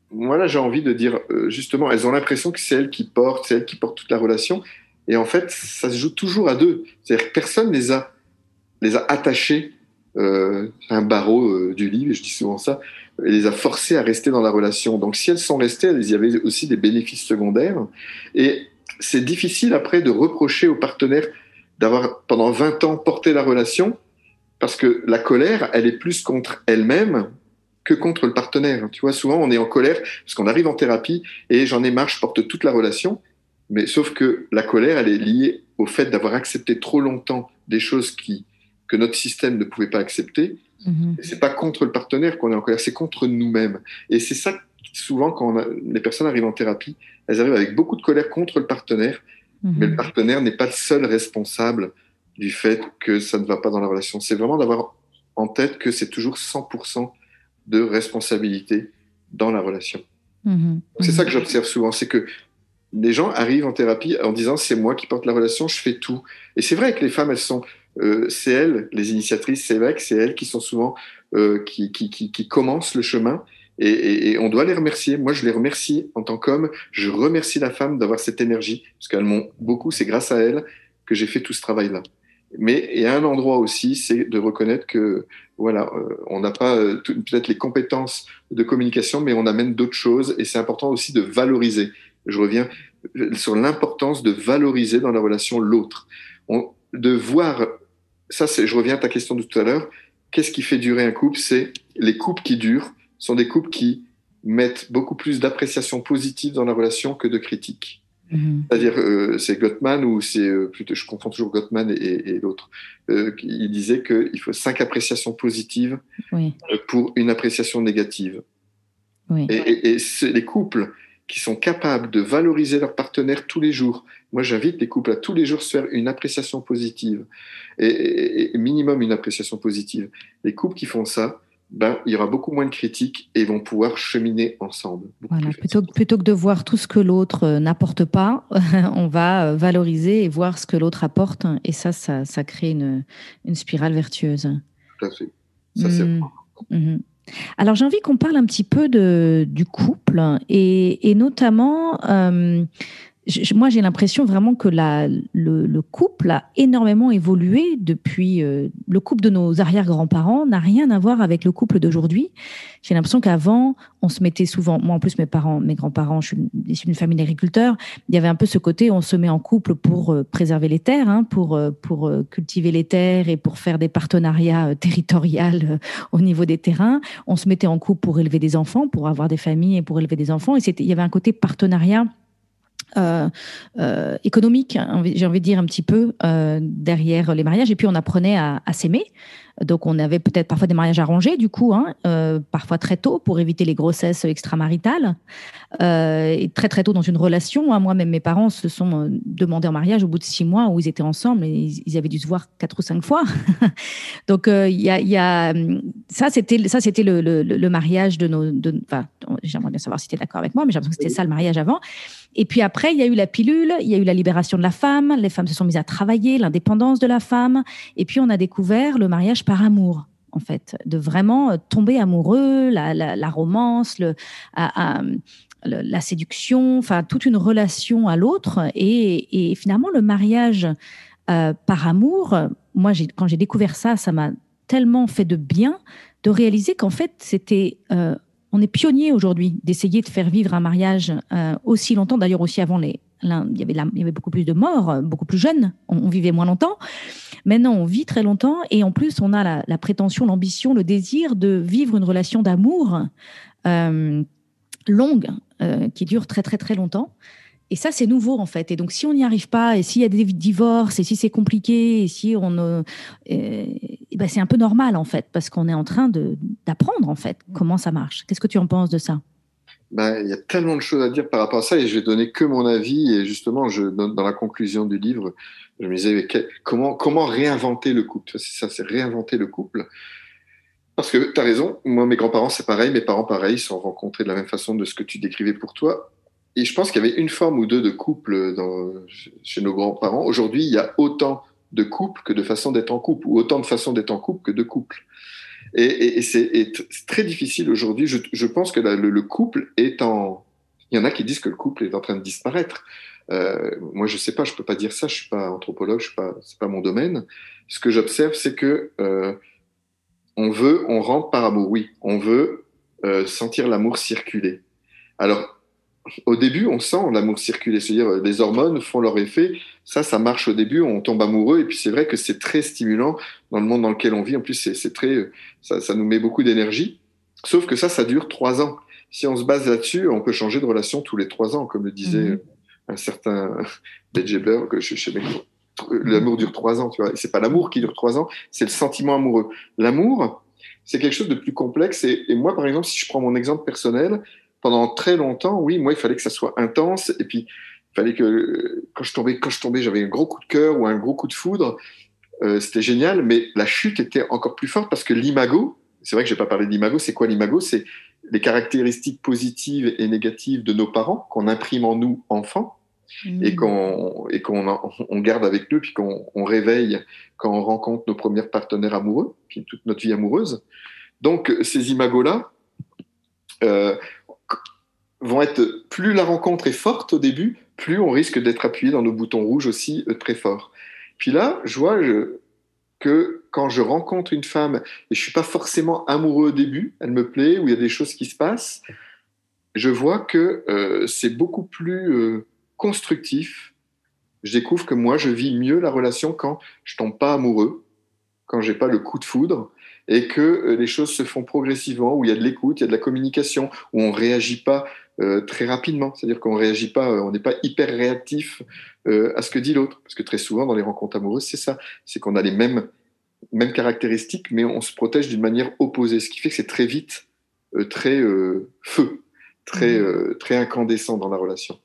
moi là, j'ai envie de dire, euh, justement, elles ont l'impression que c'est elles qui portent, c'est elles qui portent toute la relation. Et en fait, ça se joue toujours à deux. C'est-à-dire que personne les a, les a attachées euh, à un barreau euh, du lit, et je dis souvent ça, et les a forcées à rester dans la relation. Donc si elles sont restées, il y avait aussi des bénéfices secondaires. Et c'est difficile après de reprocher au partenaire d'avoir pendant vingt ans porté la relation, parce que la colère, elle est plus contre elle-même que contre le partenaire. Tu vois, souvent on est en colère parce qu'on arrive en thérapie et j'en ai marre, je porte toute la relation. Mais sauf que la colère, elle est liée au fait d'avoir accepté trop longtemps des choses qui, que notre système ne pouvait pas accepter. Mm-hmm. Et c'est pas contre le partenaire qu'on est en colère, c'est contre nous-mêmes. Et c'est ça, souvent, quand on a, les personnes arrivent en thérapie, elles arrivent avec beaucoup de colère contre le partenaire, mm-hmm. mais le partenaire n'est pas le seul responsable du fait que ça ne va pas dans la relation. C'est vraiment d'avoir en tête que c'est toujours cent pour cent de responsabilité dans la relation. Mm-hmm. C'est ça que j'observe souvent, c'est que les gens arrivent en thérapie en disant c'est moi qui porte la relation, je fais tout. Et c'est vrai que les femmes, elles sont, euh, c'est elles, les initiatrices, c'est vrai que c'est elles qui sont souvent euh, qui, qui, qui, qui commencent le chemin. Et, et, et on doit les remercier. Moi, je les remercie en tant qu'homme. Je remercie la femme d'avoir cette énergie parce qu'elles m'ont beaucoup. C'est grâce à elles que j'ai fait tout ce travail-là. Mais il y a un endroit aussi, c'est de reconnaître que voilà, euh, on n'a pas euh, tout, peut-être les compétences de communication, mais on amène d'autres choses. Et c'est important aussi de valoriser. Je reviens sur l'importance de valoriser dans la relation l'autre. On, de voir, ça c'est, je reviens à ta question de tout à l'heure, qu'est-ce qui fait durer un couple? C'est les couples qui durent, sont des couples qui mettent beaucoup plus d'appréciation positive dans la relation que de critique. Mmh. C'est-à-dire, euh, c'est Gottman ou c'est, euh, plutôt, je confonds toujours Gottman et, et, et l'autre, euh, il disait qu'il faut cinq appréciations positives oui. pour une appréciation négative. Oui. Et, et, et c'est les couples qui sont capables de valoriser leur partenaire tous les jours. Moi, j'invite les couples à tous les jours se faire une appréciation positive, et, et, et minimum une appréciation positive. Les couples qui font ça, ben, il y aura beaucoup moins de critiques et ils vont pouvoir cheminer ensemble. Voilà, plutôt, plutôt que de voir tout ce que l'autre n'apporte pas, on va valoriser et voir ce que l'autre apporte, et ça, ça, ça crée une, une spirale vertueuse. Tout à fait. Ça, c'est mmh. Mmh. Alors, j'ai envie qu'on parle un petit peu de, du couple et, et notamment, euh, je, moi, j'ai l'impression vraiment que la, le, le couple a énormément évolué depuis... Euh, le couple de nos arrière-grands-parents n'a rien à voir avec le couple d'aujourd'hui. J'ai l'impression qu'avant, on se mettait souvent... Moi, en plus, mes parents, mes grands-parents, je suis issue d'une famille d'agriculteurs, il y avait un peu ce côté, on se met en couple pour euh, préserver les terres, hein, pour, euh, pour euh, cultiver les terres et pour faire des partenariats euh, territoriaux euh, au niveau des terrains. On se mettait en couple pour élever des enfants, pour avoir des familles et pour élever des enfants. Et c'était, il y avait un côté partenariat Euh, euh, économique, j'ai envie de dire un petit peu euh, derrière les mariages. Et puis on apprenait à, à s'aimer. Donc on avait peut-être parfois des mariages arrangés du coup, hein, euh, parfois très tôt pour éviter les grossesses extramaritales. Euh, et très très tôt dans une relation. Hein. Moi-même mes parents se sont demandés en mariage au bout de six mois où ils étaient ensemble et ils, ils avaient dû se voir quatre ou cinq fois. Donc il euh, y, a, y a ça c'était ça c'était le, le, le mariage de nos. De, enfin, j'aimerais bien savoir si tu es d'accord avec moi, mais j'ai l'impression que c'était ça le mariage avant. Et puis après, il y a eu la pilule, il y a eu la libération de la femme, les femmes se sont mises à travailler, l'indépendance de la femme, et puis on a découvert le mariage par amour, en fait, de vraiment tomber amoureux, la, la, la romance, le, à, à, le, la séduction, enfin toute une relation à l'autre, et, et finalement le mariage euh, par amour, moi j'ai, quand j'ai découvert ça, ça m'a tellement fait de bien de réaliser qu'en fait c'était... Euh, On est pionnier aujourd'hui d'essayer de faire vivre un mariage euh, aussi longtemps. D'ailleurs, aussi avant, les, il, y avait la, il y avait beaucoup plus de morts, beaucoup plus jeunes. On, on vivait moins longtemps. Maintenant, on vit très longtemps. Et en plus, on a la, la prétention, l'ambition, le désir de vivre une relation d'amour euh, longue, euh, qui dure très, très, très longtemps. Et ça, c'est nouveau, en fait. Et donc, si on n'y arrive pas, et s'il y a des divorces, et si c'est compliqué, et si on... Euh, et ben, c'est un peu normal, en fait, parce qu'on est en train de, d'apprendre, en fait, comment ça marche. Qu'est-ce que tu en penses de ça ? Ben, il y a tellement de choses à dire par rapport à ça, et je vais donner que mon avis. Et justement, je, dans, dans la conclusion du livre, je me disais, quel, comment, comment réinventer le couple ? C'est ça, c'est réinventer le couple. Parce que tu as raison, moi, mes grands-parents, c'est pareil, mes parents, pareil, ils se sont rencontrés de la même façon de ce que tu décrivais pour toi. Et je pense qu'il y avait une forme ou deux de couple dans, chez nos grands-parents. Aujourd'hui, il y a autant de couples que de façons d'être en couple, ou autant de façons d'être en couple que de couples. Et, et, et c'est et t- c'est très difficile aujourd'hui. Je, je pense que la- le, le couple est en... Il y en a qui disent que le couple est en train de disparaître. Euh, moi, je sais pas, je peux pas dire ça. Je suis pas anthropologue, je suis pas, c'est pas mon domaine. Ce que j'observe, c'est que euh, on veut, on rentre par amour. Oui, on veut euh, sentir l'amour circuler. Alors, au début, on sent l'amour circuler, c'est-à-dire euh, les hormones font leur effet. Ça, ça marche au début, on tombe amoureux, et puis c'est vrai que c'est très stimulant dans le monde dans lequel on vit. En plus, c'est, c'est très, euh, ça, ça nous met beaucoup d'énergie. Sauf que ça, ça dure trois ans. Si on se base là-dessus, on peut changer de relation tous les trois ans, comme le disait Mhm. euh, un certain Bedjeber, que je, je sais même pas. L'amour dure trois ans, tu vois. Et c'est pas l'amour qui dure trois ans, c'est le sentiment amoureux. L'amour, c'est quelque chose de plus complexe. Et, et moi, par exemple, si je prends mon exemple personnel, pendant très longtemps, oui, moi, il fallait que ça soit intense. Et puis, il fallait que quand je tombais, quand je tombais, j'avais un gros coup de cœur ou un gros coup de foudre. Euh, c'était génial, mais la chute était encore plus forte parce que l'imago, c'est vrai que j'ai pas parlé d'imago. C'est quoi l'imago? C'est les caractéristiques positives et négatives de nos parents qu'on imprime en nous, enfants, et Mhm. qu'on et qu'on en- on garde avec nous, puis qu'on on réveille quand on rencontre nos premiers partenaires amoureux, puis toute notre vie amoureuse. Donc, ces imagos-là, euh, vont être, plus la rencontre est forte au début, plus on risque d'être appuyé dans nos boutons rouges aussi euh, très fort. Puis là, je vois je- que quand je rencontre une femme et je suis pas forcément amoureux au début, elle me plaît, ou il y a des choses qui se passent, je vois que euh, c'est beaucoup plus euh, constructif. Je découvre que moi, je vis mieux la relation quand je tombe pas amoureux, quand j'ai pas le coup de foudre, et que euh, les choses se font progressivement, où il y a de l'écoute, il y a de la communication, où on réagit pas euh, très rapidement, c'est-à-dire qu'on réagit pas, euh, on n'est pas hyper réactif euh, à ce que dit l'autre, parce que très souvent dans les rencontres amoureuses, c'est ça, c'est qu'on a les mêmes mêmes caractéristiques, mais on se protège d'une manière opposée, ce qui fait que c'est très vite euh, très euh, feu, très Mhm. euh, très incandescent dans la relation.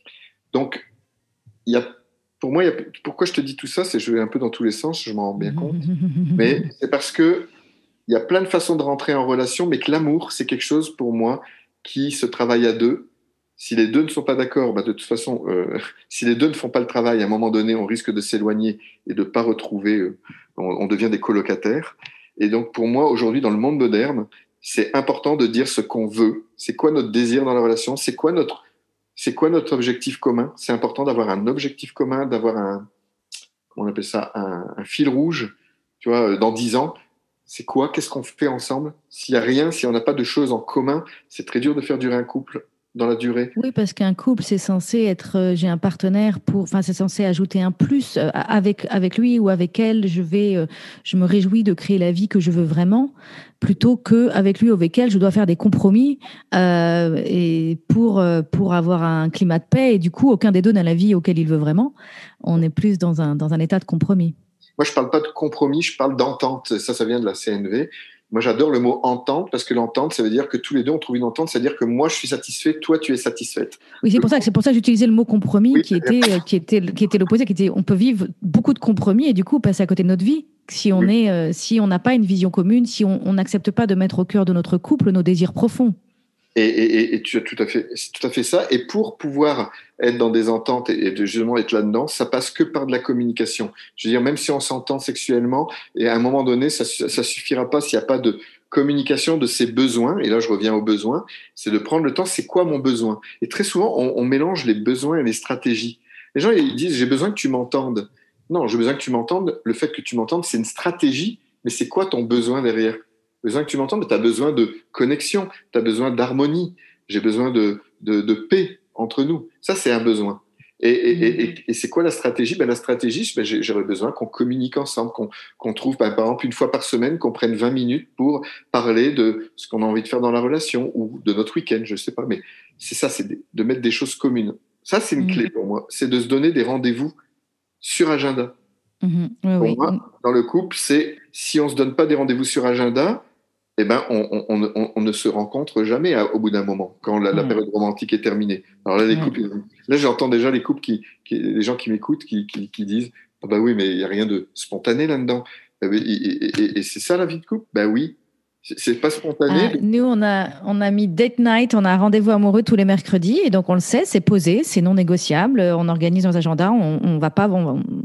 Donc il y a pour moi, il y a, pourquoi je te dis tout ça, c'est que je vais un peu dans tous les sens, je m'en rends bien compte, mais c'est parce que il y a plein de façons de rentrer en relation, mais que l'amour, c'est quelque chose pour moi qui se travaille à deux. Si les deux ne sont pas d'accord, bah de toute façon, euh, si les deux ne font pas le travail, à un moment donné, on risque de s'éloigner et de ne pas retrouver, euh, on, on devient des colocataires. Et donc pour moi, aujourd'hui, dans le monde moderne, c'est important de dire ce qu'on veut. C'est quoi notre désir dans la relation? C'est quoi notre, c'est quoi notre objectif commun? C'est important d'avoir un objectif commun, d'avoir un, comment on appelle ça, un, un fil rouge. Tu vois, dans dix ans, c'est quoi? Qu'est-ce qu'on fait ensemble? S'il n'y a rien, si on n'a pas de choses en commun, c'est très dur de faire durer un couple dans la durée. Oui, parce qu'un couple, c'est censé être, euh, j'ai un partenaire pour, enfin, c'est censé ajouter un plus euh, avec, avec lui ou avec elle. Je vais, euh, je me réjouis de créer la vie que je veux vraiment, plutôt que avec lui ou avec elle, je dois faire des compromis euh, et pour euh, pour avoir un climat de paix. Et du coup, aucun des deux n'a la vie auquel il veut vraiment. On est plus dans un dans un état de compromis. Moi, je parle pas de compromis, je parle d'entente. Ça, ça vient de la C N V. Moi, j'adore le mot entente parce que l'entente, ça veut dire que tous les deux, on trouve une entente. C'est-à-dire que moi, je suis satisfait, toi, tu es satisfaite. Oui, c'est Le- pour ça que c'est pour ça que j'utilisais le mot compromis Oui, qui était euh, qui était qui était l'opposé, qui était on peut vivre beaucoup de compromis et du coup passer à côté de notre vie si on oui. est euh, si on n'a pas une vision commune, si on on n'accepte pas de mettre au cœur de notre couple nos désirs profonds. Et, et, et tu as tout à fait, c'est tout à fait ça. Et pour pouvoir être dans des ententes et, et de justement être là-dedans, ça passe que par de la communication. Je veux dire, même si on s'entend sexuellement, et à un moment donné, ça, ça suffira pas s'il n'y a pas de communication de ses besoins. Et là, je reviens aux besoins. C'est de prendre le temps. C'est quoi mon besoin? Et très souvent, on, on mélange les besoins et les stratégies. Les gens, ils disent, j'ai besoin que tu m'entendes. Non, j'ai besoin que tu m'entendes. Le fait que tu m'entendes, c'est une stratégie. Mais c'est quoi ton besoin derrière? Besoin que tu m'entendes, tu as besoin de connexion, tu as besoin d'harmonie, j'ai besoin de, de, de paix entre nous. Ça, c'est un besoin. Et, et, et, et c'est quoi la stratégie? Ben, la stratégie, ben, j'aurais besoin qu'on communique ensemble, qu'on qu'on trouve, ben, par exemple, une fois par semaine, qu'on prenne vingt minutes pour parler de ce qu'on a envie de faire dans la relation ou de notre week-end, je sais pas. Mais c'est ça, c'est de, de mettre des choses communes. Ça, c'est une Mhm. clé pour moi. C'est de se donner des rendez-vous sur agenda. Mhm. Oui, Pour oui. moi, dans le couple, c'est si on se donne pas des rendez-vous sur agenda, eh ben, on, on, on, on ne se rencontre jamais à, au bout d'un moment, quand la, la Ouais, période romantique est terminée. Alors là, les ouais. couples, là, j'entends déjà les couples qui, qui les gens qui m'écoutent, qui, qui, qui disent, ah bah oui, mais il y a rien de spontané là-dedans. Et, et, et, et c'est ça la vie de couple? Bah oui, c'est c'est pas spontané. Ah, nous, on a, on a mis date night, on a un rendez-vous amoureux tous les mercredis, et donc on le sait, c'est posé, c'est non négociable, on organise nos agendas, on, on va pas, on,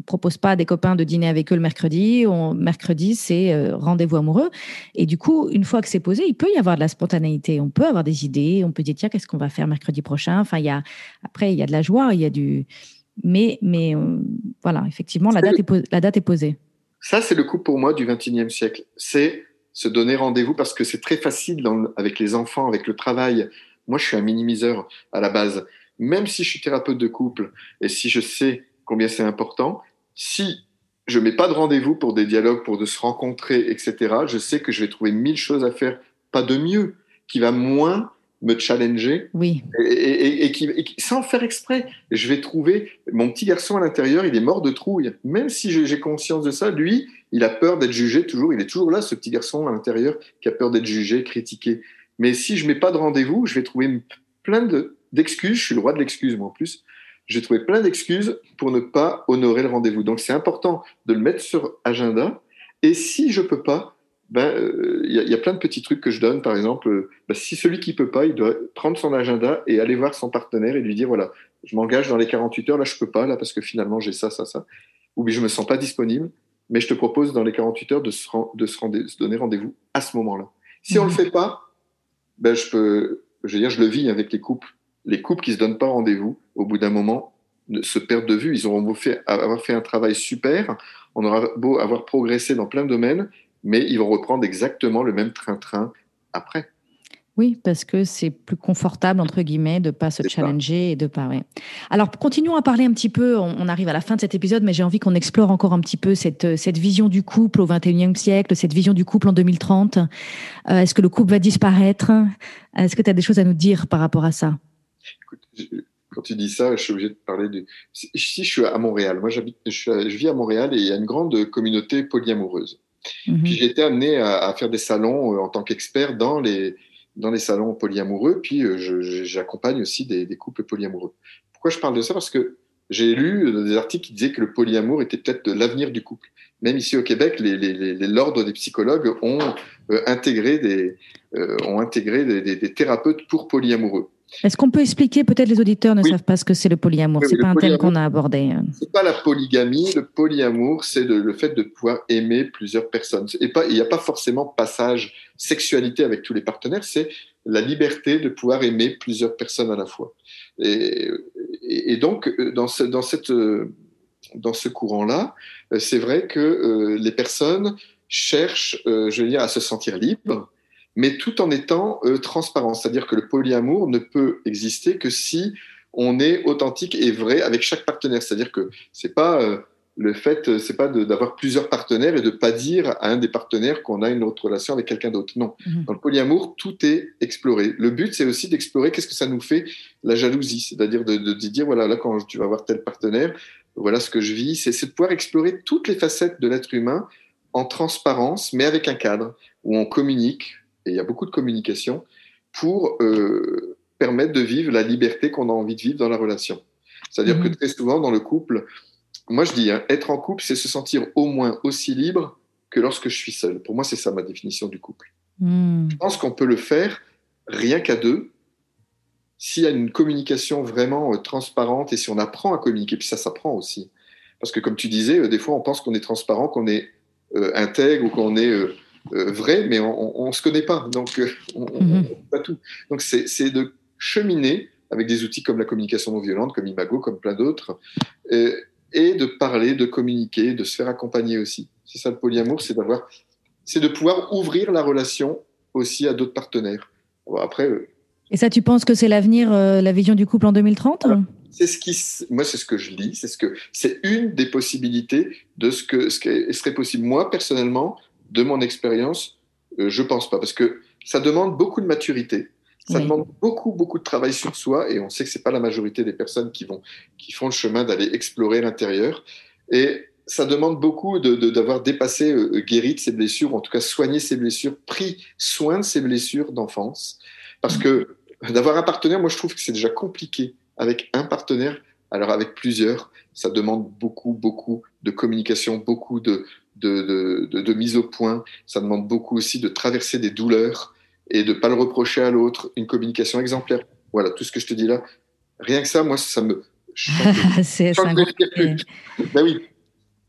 propose pas à des copains de dîner avec eux le mercredi. On, mercredi, c'est euh, rendez-vous amoureux. Et du coup, une fois que c'est posé, il peut y avoir de la spontanéité. On peut avoir des idées. On peut dire, tiens, qu'est-ce qu'on va faire mercredi prochain? Enfin, il y a, après, il y a de la joie, il y a du... Mais, mais euh, voilà, effectivement, la date, est pos- la date est posée. Ça, c'est le couple pour moi du vingt et unième siècle. C'est se donner rendez-vous parce que c'est très facile dans le- avec les enfants, avec le travail. Moi, je suis un minimiseur à la base. Même si je suis thérapeute de couple et si je sais combien c'est important, si je mets pas de rendez-vous pour des dialogues, pour de se rencontrer, et cetera, je sais que je vais trouver mille choses à faire, pas de mieux, qui va moins me challenger Oui. et, et, et, qui, et qui, sans faire exprès, je vais trouver mon petit garçon à l'intérieur, il est mort de trouille. Même si je, j'ai conscience de ça, lui, il a peur d'être jugé toujours. Il est toujours là, ce petit garçon à l'intérieur qui a peur d'être jugé, critiqué. Mais si je mets pas de rendez-vous, je vais trouver plein de, d'excuses. Je suis le roi de l'excuse, moi en plus. Je vais trouver plein d'excuses pour ne pas honorer le rendez-vous. Donc c'est important de le mettre sur agenda. Et si je peux pas, ben, euh, y, a, y a plein de petits trucs que je donne. Par exemple, euh, ben, si celui qui peut pas, il doit prendre son agenda et aller voir son partenaire et lui dire, voilà, je m'engage dans les quarante-huit heures, là, je peux pas, là, parce que finalement, j'ai ça, ça, ça. Ou bien je me sens pas disponible, mais je te propose dans les quarante-huit heures de se, rend, de se, rende, se donner rendez-vous à ce moment-là. Si mmh. on le fait pas, ben, je peux, je veux dire, je le vis avec les couples. Les couples qui se donnent pas rendez-vous, au bout d'un moment, se perdent de vue. Ils auront beau fait, avoir fait un travail super, on aura beau avoir progressé dans plein de domaines, mais ils vont reprendre exactement le même train-train après. Oui, parce que c'est plus confortable, entre guillemets, de ne pas se c'est challenger ça. et de pas... Ouais. Alors, continuons à parler un petit peu, on, on arrive à la fin de cet épisode, mais j'ai envie qu'on explore encore un petit peu cette, cette vision du couple au vingt et unième siècle, cette vision du couple en deux mille trente. Euh, est-ce que le couple va disparaître? Est-ce que tu as des choses à nous dire par rapport à ça? Écoute, je, quand tu dis ça, je suis obligé de parler du... Si, si je suis à Montréal, moi j'habite, je, suis à, je vis à Montréal et il y a une grande communauté polyamoureuse. Mm-hmm. Puis j'ai été amené à, à faire des salons euh, en tant qu'expert dans les, dans les salons polyamoureux, puis euh, je, j'accompagne aussi des, des couples polyamoureux. Pourquoi je parle de ça? Parce que j'ai lu des articles qui disaient que le polyamour était peut-être l'avenir du couple. Même ici au Québec, les, les, les, l'ordre des psychologues ont euh, intégré, des, euh, ont intégré des, des, des thérapeutes pour polyamoureux. Est-ce qu'on peut expliquer, peut-être les auditeurs ne oui. savent pas ce que c'est le polyamour, oui, c'est pas un thème qu'on a abordé. C'est pas la polygamie, le polyamour, c'est de, le fait de pouvoir aimer plusieurs personnes. Et pas, il n'y a pas forcément passage sexualité avec tous les partenaires, c'est la liberté de pouvoir aimer plusieurs personnes à la fois. Et, et, et donc, dans ce, dans cette, dans ce courant-là, c'est vrai que euh, les personnes cherchent, euh, je veux dire, à se sentir libres, mais tout en étant euh, transparent. C'est-à-dire que le polyamour ne peut exister que si on est authentique et vrai avec chaque partenaire. C'est-à-dire que c'est pas euh, le fait, c'est pas de, d'avoir plusieurs partenaires et de pas dire à un des partenaires qu'on a une autre relation avec quelqu'un d'autre. Non. Mm-hmm. Dans le polyamour, tout est exploré. Le but, c'est aussi d'explorer qu'est-ce que ça nous fait la jalousie. C'est-à-dire de, de, de dire, voilà, là, quand tu vas voir tel partenaire, voilà ce que je vis. C'est, c'est de pouvoir explorer toutes les facettes de l'être humain en transparence, mais avec un cadre où on communique. Et il y a beaucoup de communication pour euh, permettre de vivre la liberté qu'on a envie de vivre dans la relation. C'est-à-dire mmh. que très souvent, dans le couple, moi je dis, hein, être en couple, c'est se sentir au moins aussi libre que lorsque je suis seul. Pour moi, c'est ça ma définition du couple. Mmh. Je pense qu'on peut le faire rien qu'à deux, s'il y a une communication vraiment euh, transparente et si on apprend à communiquer, puis ça s'apprend aussi. Parce que comme tu disais, euh, des fois on pense qu'on est transparent, qu'on est euh, intègre ou qu'on est... Euh, Euh, vrai, mais on ne se connaît pas, donc euh, on ne sait pas tout. Donc c'est, c'est de cheminer avec des outils comme la communication non violente, comme Imago, comme plein d'autres, euh, et de parler, de communiquer, de se faire accompagner aussi. C'est ça le polyamour, c'est d'avoir, c'est de pouvoir ouvrir la relation aussi à d'autres partenaires. Bon, après. Euh, et ça, tu penses que c'est l'avenir, euh, la vision du couple en deux mille trente? Voilà. C'est ce qui, moi, c'est ce que je lis, c'est ce que, c'est une des possibilités de ce que, ce qui serait possible. Moi, personnellement, de mon expérience, euh, je pense pas, parce que ça demande beaucoup de maturité, ça oui. demande beaucoup, beaucoup de travail sur soi, et on sait que c'est pas la majorité des personnes qui vont, qui font le chemin d'aller explorer l'intérieur, et ça demande beaucoup de, de, d'avoir dépassé, euh, guéri de ses blessures, ou en tout cas soigné ses blessures, pris soin de ses blessures d'enfance, parce que d'avoir un partenaire, moi je trouve que c'est déjà compliqué avec un partenaire, alors avec plusieurs, ça demande beaucoup, beaucoup de communication, beaucoup de De, de, de, de mise au point. Ça demande beaucoup aussi de traverser des douleurs et de ne pas le reprocher à l'autre, une communication exemplaire. Voilà, tout ce que je te dis là. Rien que ça, moi, ça me... Je c'est je un plus. Ben oui.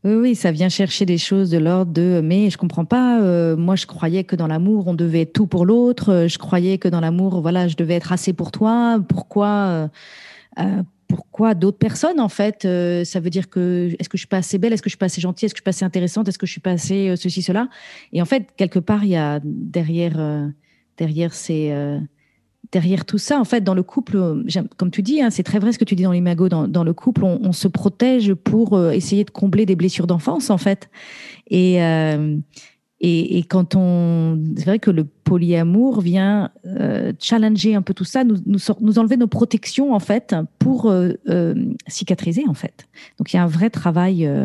Oui, oui, ça vient chercher des choses de l'ordre de mais je comprends pas, euh, moi je croyais que dans l'amour on devait être tout pour l'autre, euh, je croyais que dans l'amour voilà je devais être assez pour toi, pourquoi euh, euh, pourquoi d'autres personnes en fait euh, ça veut dire que est-ce que je suis pas assez belle, est-ce que je suis pas assez gentille, est-ce que je suis pas assez intéressante, est-ce que je suis pas assez euh, ceci cela et en fait quelque part il y a derrière euh, derrière ces euh, derrière tout ça, en fait, dans le couple, euh, comme tu dis, hein, c'est très vrai ce que tu dis dans l'Imago, dans, dans le couple, on, on se protège pour euh, essayer de combler des blessures d'enfance, en fait. Et, euh, et, et quand on... C'est vrai que le polyamour vient euh, challenger un peu tout ça, nous, nous, nous enlever nos protections, en fait, pour euh, euh, cicatriser, en fait. Donc, il y a un vrai travail... Euh,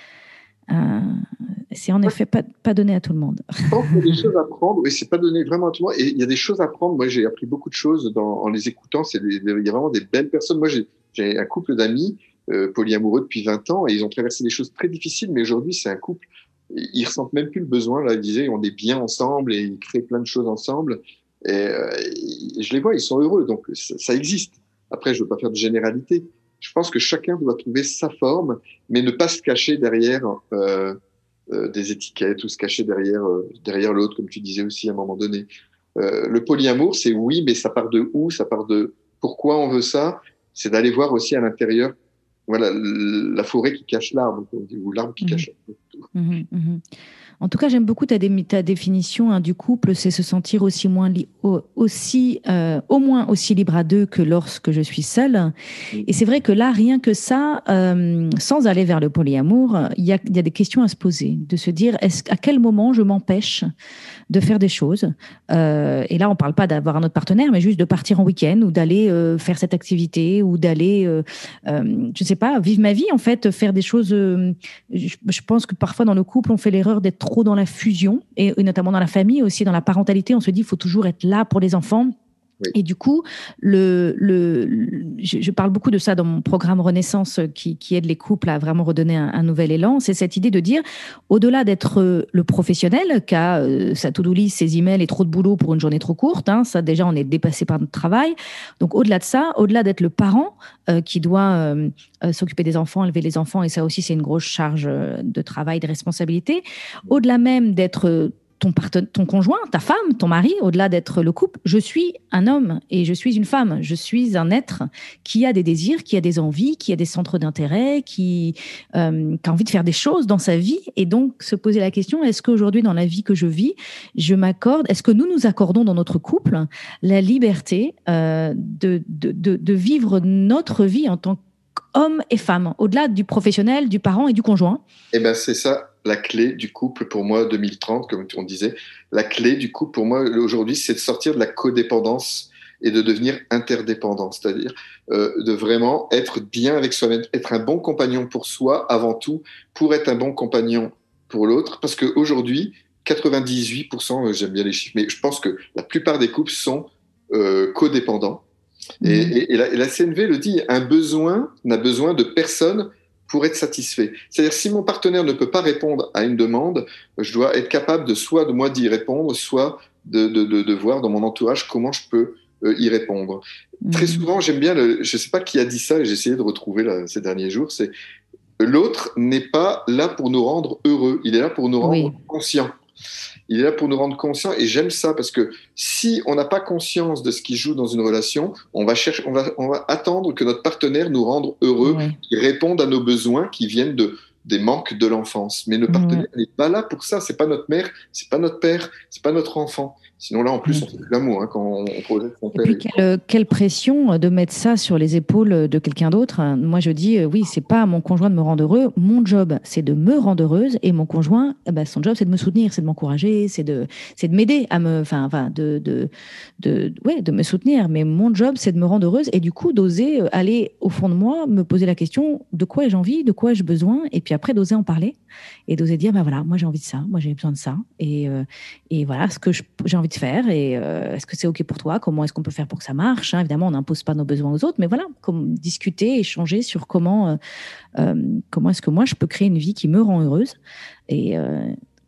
euh, c'est en effet pas, pas donné à tout le monde. Je pense qu'il y a des choses à prendre, et c'est pas donné vraiment à tout le monde. Et il y a des choses à prendre. Moi, j'ai appris beaucoup de choses dans, en les écoutant. C'est des, il y a vraiment des belles personnes. Moi, j'ai, j'ai un couple d'amis euh, polyamoureux depuis vingt ans et ils ont traversé des choses très difficiles. Mais aujourd'hui, c'est un couple. Ils ressentent même plus le besoin. Là, ils disaient, on est bien ensemble et ils créent plein de choses ensemble. Et, euh, et je les vois, ils sont heureux. Donc, ça, ça existe. Après, je veux pas faire de généralité. Je pense que chacun doit trouver sa forme, mais ne pas se cacher derrière. Euh, Euh, des étiquettes ou se cacher derrière euh, derrière l'autre, comme tu disais aussi à un moment donné. Euh, le polyamour, c'est oui, mais ça part de où? Ça part de pourquoi on veut ça? C'est d'aller voir aussi à l'intérieur, voilà, la forêt qui cache l'arbre, ou l'arbre qui Mmh. cache l'arbre. Mmh, mmh. En tout cas, j'aime beaucoup ta, dé- ta définition hein, du couple, c'est se sentir aussi moins li- au, aussi, euh, au moins aussi libre à deux que lorsque je suis seule. Et c'est vrai que là, rien que ça, euh, sans aller vers le polyamour, il y a, il y a des questions à se poser, de se dire est-ce, à quel moment je m'empêche de faire des choses. Euh, et là, on ne parle pas d'avoir un autre partenaire, mais juste de partir en week-end ou d'aller euh, faire cette activité ou d'aller, euh, euh, je ne sais pas, vivre ma vie en fait, faire des choses. Euh, je, je pense que parfois dans le couple, on fait l'erreur d'être trop dans la fusion et, et notamment dans la famille aussi, dans la parentalité. On se dit il faut toujours être là pour les enfants. Oui. Et du coup, le, le, le je, je parle beaucoup de ça dans mon programme Renaissance qui, qui aide les couples à vraiment redonner un, un nouvel élan. C'est cette idée de dire, au-delà d'être le professionnel qui a euh, sa to-do list, ses emails et trop de boulot pour une journée trop courte, hein, ça déjà on est dépassé par notre travail. Donc au-delà de ça, au-delà d'être le parent euh, qui doit euh, euh, s'occuper des enfants, élever les enfants, et ça aussi c'est une grosse charge de travail, de responsabilité. Au-delà même d'être ton, parten- ton conjoint, ta femme, ton mari, au-delà d'être le couple, je suis un homme et je suis une femme. Je suis un être qui a des désirs, qui a des envies, qui a des centres d'intérêt, qui, euh, qui a envie de faire des choses dans sa vie. Et donc, se poser la question, est-ce qu'aujourd'hui, dans la vie que je vis, je m'accorde, est-ce que nous nous accordons dans notre couple la liberté euh, de, de, de, de vivre notre vie en tant qu'homme et femme, au-delà du professionnel, du parent et du conjoint? Eh ben, c'est ça la clé du couple pour moi deux mille trente, comme on disait. La clé du couple pour moi aujourd'hui, c'est de sortir de la codépendance et de devenir interdépendant, c'est-à-dire euh, de vraiment être bien avec soi-même, être un bon compagnon pour soi avant tout, pour être un bon compagnon pour l'autre, parce qu'aujourd'hui, quatre-vingt-dix-huit pour cent, j'aime bien les chiffres, mais je pense que la plupart des couples sont euh, codépendants. Mmh. Et, et, et, la, et la C N V le dit, un besoin n'a besoin de personne pour être satisfait. C'est-à-dire, si mon partenaire ne peut pas répondre à une demande, je dois être capable de soit de moi d'y répondre, soit de, de, de, de voir dans mon entourage comment je peux euh, y répondre. Mmh. Très souvent, j'aime bien, le, je ne sais pas qui a dit ça, et j'ai essayé de retrouver là, ces derniers jours, c'est l'autre n'est pas là pour nous rendre heureux, il est là pour nous rendre oui. conscients. Il est là pour nous rendre conscients, et j'aime ça parce que si on n'a pas conscience de ce qui joue dans une relation, on va chercher, on va, on va attendre que notre partenaire nous rende heureux, oui. qu'il réponde à nos besoins qui viennent de des manques de l'enfance. Mais le partenaire oui. n'est pas là pour ça. C'est pas notre mère, c'est pas notre père, c'est pas notre enfant. Sinon là, en plus, on fait de l'amour hein, quand on, on projette son père. Et puis quelle, quelle pression de mettre ça sur les épaules de quelqu'un d'autre. Moi, je dis oui, c'est pas à mon conjoint de me rendre heureux. Mon job, c'est de me rendre heureuse, et mon conjoint, eh ben, son job, c'est de me soutenir, c'est de m'encourager, c'est de, c'est de m'aider à me, enfin, enfin, de, de, de, ouais, de me soutenir. Mais mon job, c'est de me rendre heureuse, et du coup, d'oser aller au fond de moi, me poser la question de quoi ai-je envie, de quoi ai-je besoin, et puis après d'oser en parler et d'oser dire, ben voilà, moi j'ai envie de ça, moi j'ai besoin de ça, et euh, et voilà ce que je, j'ai envie de faire, et euh, est-ce que c'est ok pour toi, comment est-ce qu'on peut faire pour que ça marche, hein, évidemment on n'impose pas nos besoins aux autres, mais voilà, comme discuter, échanger sur comment euh, euh, comment est-ce que moi je peux créer une vie qui me rend heureuse, et euh,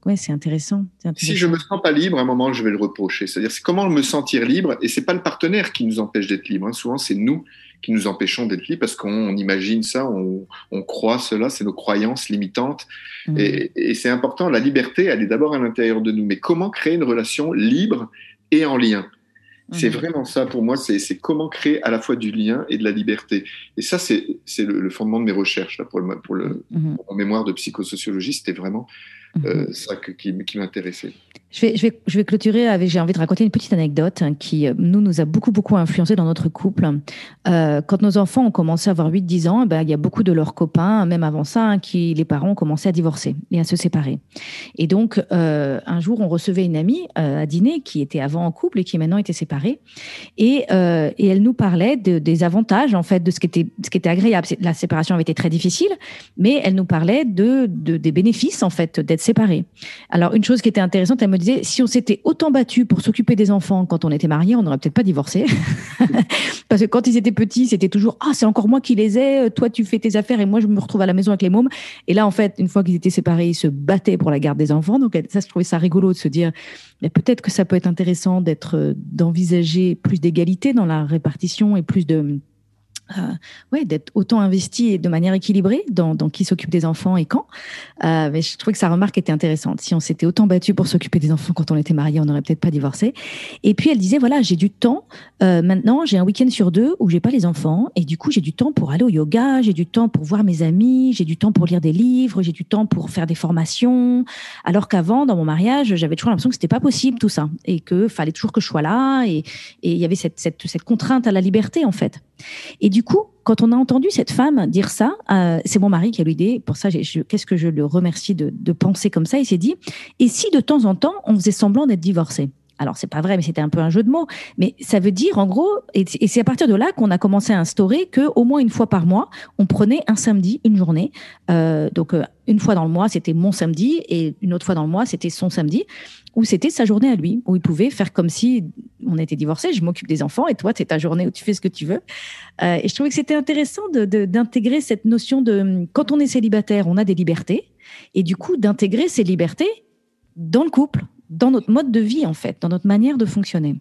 ouais, c'est intéressant, c'est intéressant. Si je me sens pas libre, à un moment, je vais le reprocher. C'est-à-dire, c'est comment me sentir libre, et c'est pas le partenaire qui nous empêche d'être libre. Hein. Souvent, c'est nous qui nous empêchons d'être libres parce qu'on imagine ça, on, on croit cela, c'est nos croyances limitantes. Mmh. Et, et c'est important. La liberté, elle est d'abord à l'intérieur de nous. Mais comment créer une relation libre et en lien? C'est vraiment ça pour moi, c'est, c'est comment créer à la fois du lien et de la liberté. Et ça, c'est, c'est le, le fondement de mes recherches là, pour, le, pour, le, mmh. pour mon mémoire de psychosociologie. C'était vraiment euh, mmh. ça que, qui, qui m'intéressait. Je vais, je, vais, je vais clôturer avec, j'ai envie de raconter une petite anecdote qui, nous, nous a beaucoup, beaucoup influencé dans notre couple. Euh, quand nos enfants ont commencé à avoir huit dix ans, ben, il y a beaucoup de leurs copains, même avant ça, hein, qui, les parents ont commencé à divorcer et à se séparer. Et donc, euh, un jour, on recevait une amie euh, à dîner qui était avant en couple et qui maintenant était séparée. Et, euh, et elle nous parlait de, des avantages, en fait, de ce qui était, ce qui était agréable. La séparation avait été très difficile, mais elle nous parlait de, de, des bénéfices, en fait, d'être séparés. Alors, une chose qui était intéressante, elle me disait, si on s'était autant battu pour s'occuper des enfants quand on était mariés, on n'aurait peut-être pas divorcé. Parce que quand ils étaient petits, c'était toujours « Ah, c'est encore moi qui les ai, toi tu fais tes affaires et moi je me retrouve à la maison avec les mômes. » Et là, en fait, une fois qu'ils étaient séparés, ils se battaient pour la garde des enfants. Donc ça, je trouvais ça rigolo de se dire mais peut-être que ça peut être intéressant d'être, d'envisager plus d'égalité dans la répartition et plus de... Euh, ouais, d'être autant investi et de manière équilibrée dans, dans qui s'occupe des enfants et quand. Euh, mais je trouvais que sa remarque était intéressante. Si on s'était autant battu pour s'occuper des enfants quand on était mariés, on n'aurait peut-être pas divorcé. Et puis elle disait, voilà, j'ai du temps. Euh, maintenant, j'ai un week-end sur deux où j'ai pas les enfants. Et du coup, j'ai du temps pour aller au yoga, j'ai du temps pour voir mes amis, j'ai du temps pour lire des livres, j'ai du temps pour faire des formations. Alors qu'avant, dans mon mariage, j'avais toujours l'impression que c'était pas possible tout ça. Et que fallait toujours que je sois là. Et il y avait cette, cette, cette contrainte à la liberté, en fait. Et du coup, quand on a entendu cette femme dire ça, euh, c'est mon mari qui a eu l'idée. Pour ça, j'ai, je, qu'est-ce que je le remercie de, de penser comme ça. Il s'est dit, et si de temps en temps, on faisait semblant d'être divorcés? Alors, c'est pas vrai, mais c'était un peu un jeu de mots. Mais ça veut dire, en gros, et, et c'est à partir de là qu'on a commencé à instaurer qu'au moins une fois par mois, on prenait un samedi, une journée. Euh, donc, euh, une fois dans le mois, c'était mon samedi, et une autre fois dans le mois, c'était son samedi, où c'était sa journée à lui, où il pouvait faire comme si on était divorcés, je m'occupe des enfants, et toi, c'est ta journée où tu fais ce que tu veux. Euh, et je trouvais que c'était intéressant de, de, d'intégrer cette notion de, quand on est célibataire, on a des libertés, et du coup, d'intégrer ces libertés dans le couple, dans notre mode de vie, en fait, dans notre manière de fonctionner.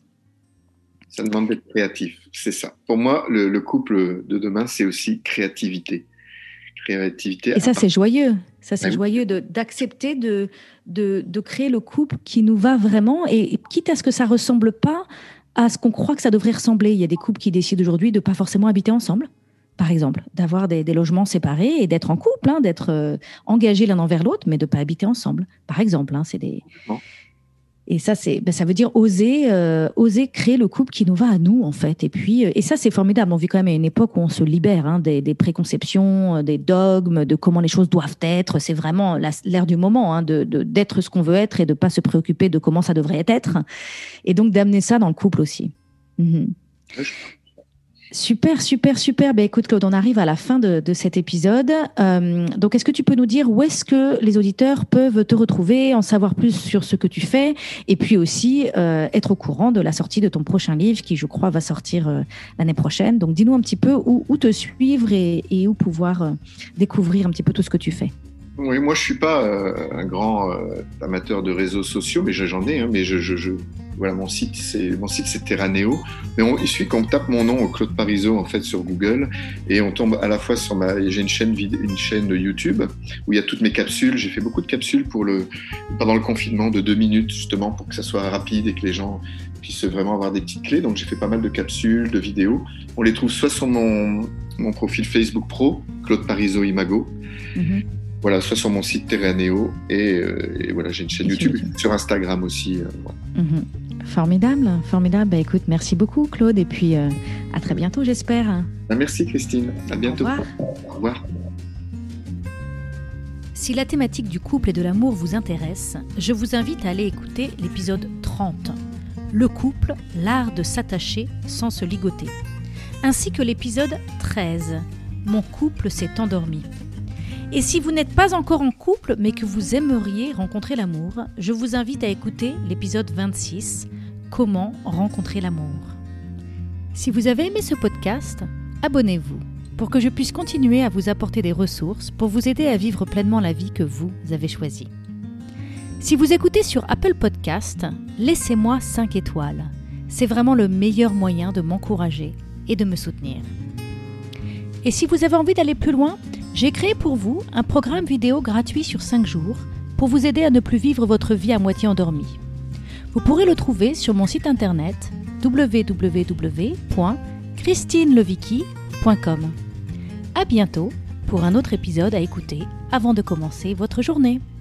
Ça demande d'être créatif, c'est ça. Pour moi, le, le couple de demain, c'est aussi créativité. Créativité. Et ça, c'est joyeux. Ça, c'est ah oui. joyeux de, d'accepter de, de, de créer le couple qui nous va vraiment, et, et quitte à ce que ça ne ressemble pas à ce qu'on croit que ça devrait ressembler. Il y a des couples qui décident aujourd'hui de ne pas forcément habiter ensemble, par exemple, d'avoir des, des logements séparés et d'être en couple, hein, d'être euh, engagés l'un envers l'autre, mais de ne pas habiter ensemble, par exemple. Hein, c'est des... Bon. Et ça, c'est, ben, ça veut dire oser, euh, oser créer le couple qui nous va à nous, en fait. Et puis, et ça, c'est formidable. On vit quand même à une époque où on se libère hein, des, des préconceptions, des dogmes, de comment les choses doivent être. C'est vraiment la, l'ère du moment, hein, de, de, d'être ce qu'on veut être et de pas se préoccuper de comment ça devrait être. Et donc, d'amener ça dans le couple aussi. Mm-hmm. Super, super, super. Ben, écoute, Claude, on arrive à la fin de, de cet épisode. Euh, donc, est-ce que tu peux nous dire où est-ce que les auditeurs peuvent te retrouver, en savoir plus sur ce que tu fais, et puis aussi euh, être au courant de la sortie de ton prochain livre qui, je crois, va sortir euh, l'année prochaine. Donc, dis-nous un petit peu où, où te suivre et, et où pouvoir euh, découvrir un petit peu tout ce que tu fais. Oui, moi, je suis pas euh, un grand euh, amateur de réseaux sociaux, mais j'en ai, hein, mais je... je, je... Voilà, mon site, c'est, mon site, c'est Terraneo. Mais on, il suffit qu'on tape mon nom, Claude Parisot, en fait, sur Google, et on tombe à la fois sur ma, j'ai une chaîne vidéo, une chaîne YouTube où il y a toutes mes capsules. J'ai fait beaucoup de capsules pour le, pendant le confinement de deux minutes, justement, pour que ça soit rapide et que les gens puissent vraiment avoir des petites clés. Donc, j'ai fait pas mal de capsules, de vidéos. On les trouve soit sur mon, mon profil Facebook Pro, Claude Parisot Imago. Mm-hmm. Voilà, soit sur mon site Terraneo, et, euh, et voilà, j'ai une chaîne YouTube, YouTube, sur Instagram aussi. Euh, voilà. Mm-hmm. Formidable, formidable. Bah, écoute, merci beaucoup, Claude, et puis euh, à très bientôt, j'espère. Ah, merci, Christine. À bientôt. Au revoir. Au revoir. Si la thématique du couple et de l'amour vous intéresse, je vous invite à aller écouter l'épisode trente, Le couple, l'art de s'attacher sans se ligoter, ainsi que l'épisode treize, Mon couple s'est endormi. Et si vous n'êtes pas encore en couple, mais que vous aimeriez rencontrer l'amour, je vous invite à écouter l'épisode vingt-six, Comment rencontrer l'amour. Si vous avez aimé ce podcast, abonnez-vous pour que je puisse continuer à vous apporter des ressources pour vous aider à vivre pleinement la vie que vous avez choisie. Si vous écoutez sur Apple Podcast, laissez-moi cinq étoiles. C'est vraiment le meilleur moyen de m'encourager et de me soutenir. Et si vous avez envie d'aller plus loin, j'ai créé pour vous un programme vidéo gratuit sur cinq jours pour vous aider à ne plus vivre votre vie à moitié endormie. Vous pourrez le trouver sur mon site internet w w w point christine levicki point com. À bientôt pour un autre épisode à écouter avant de commencer votre journée.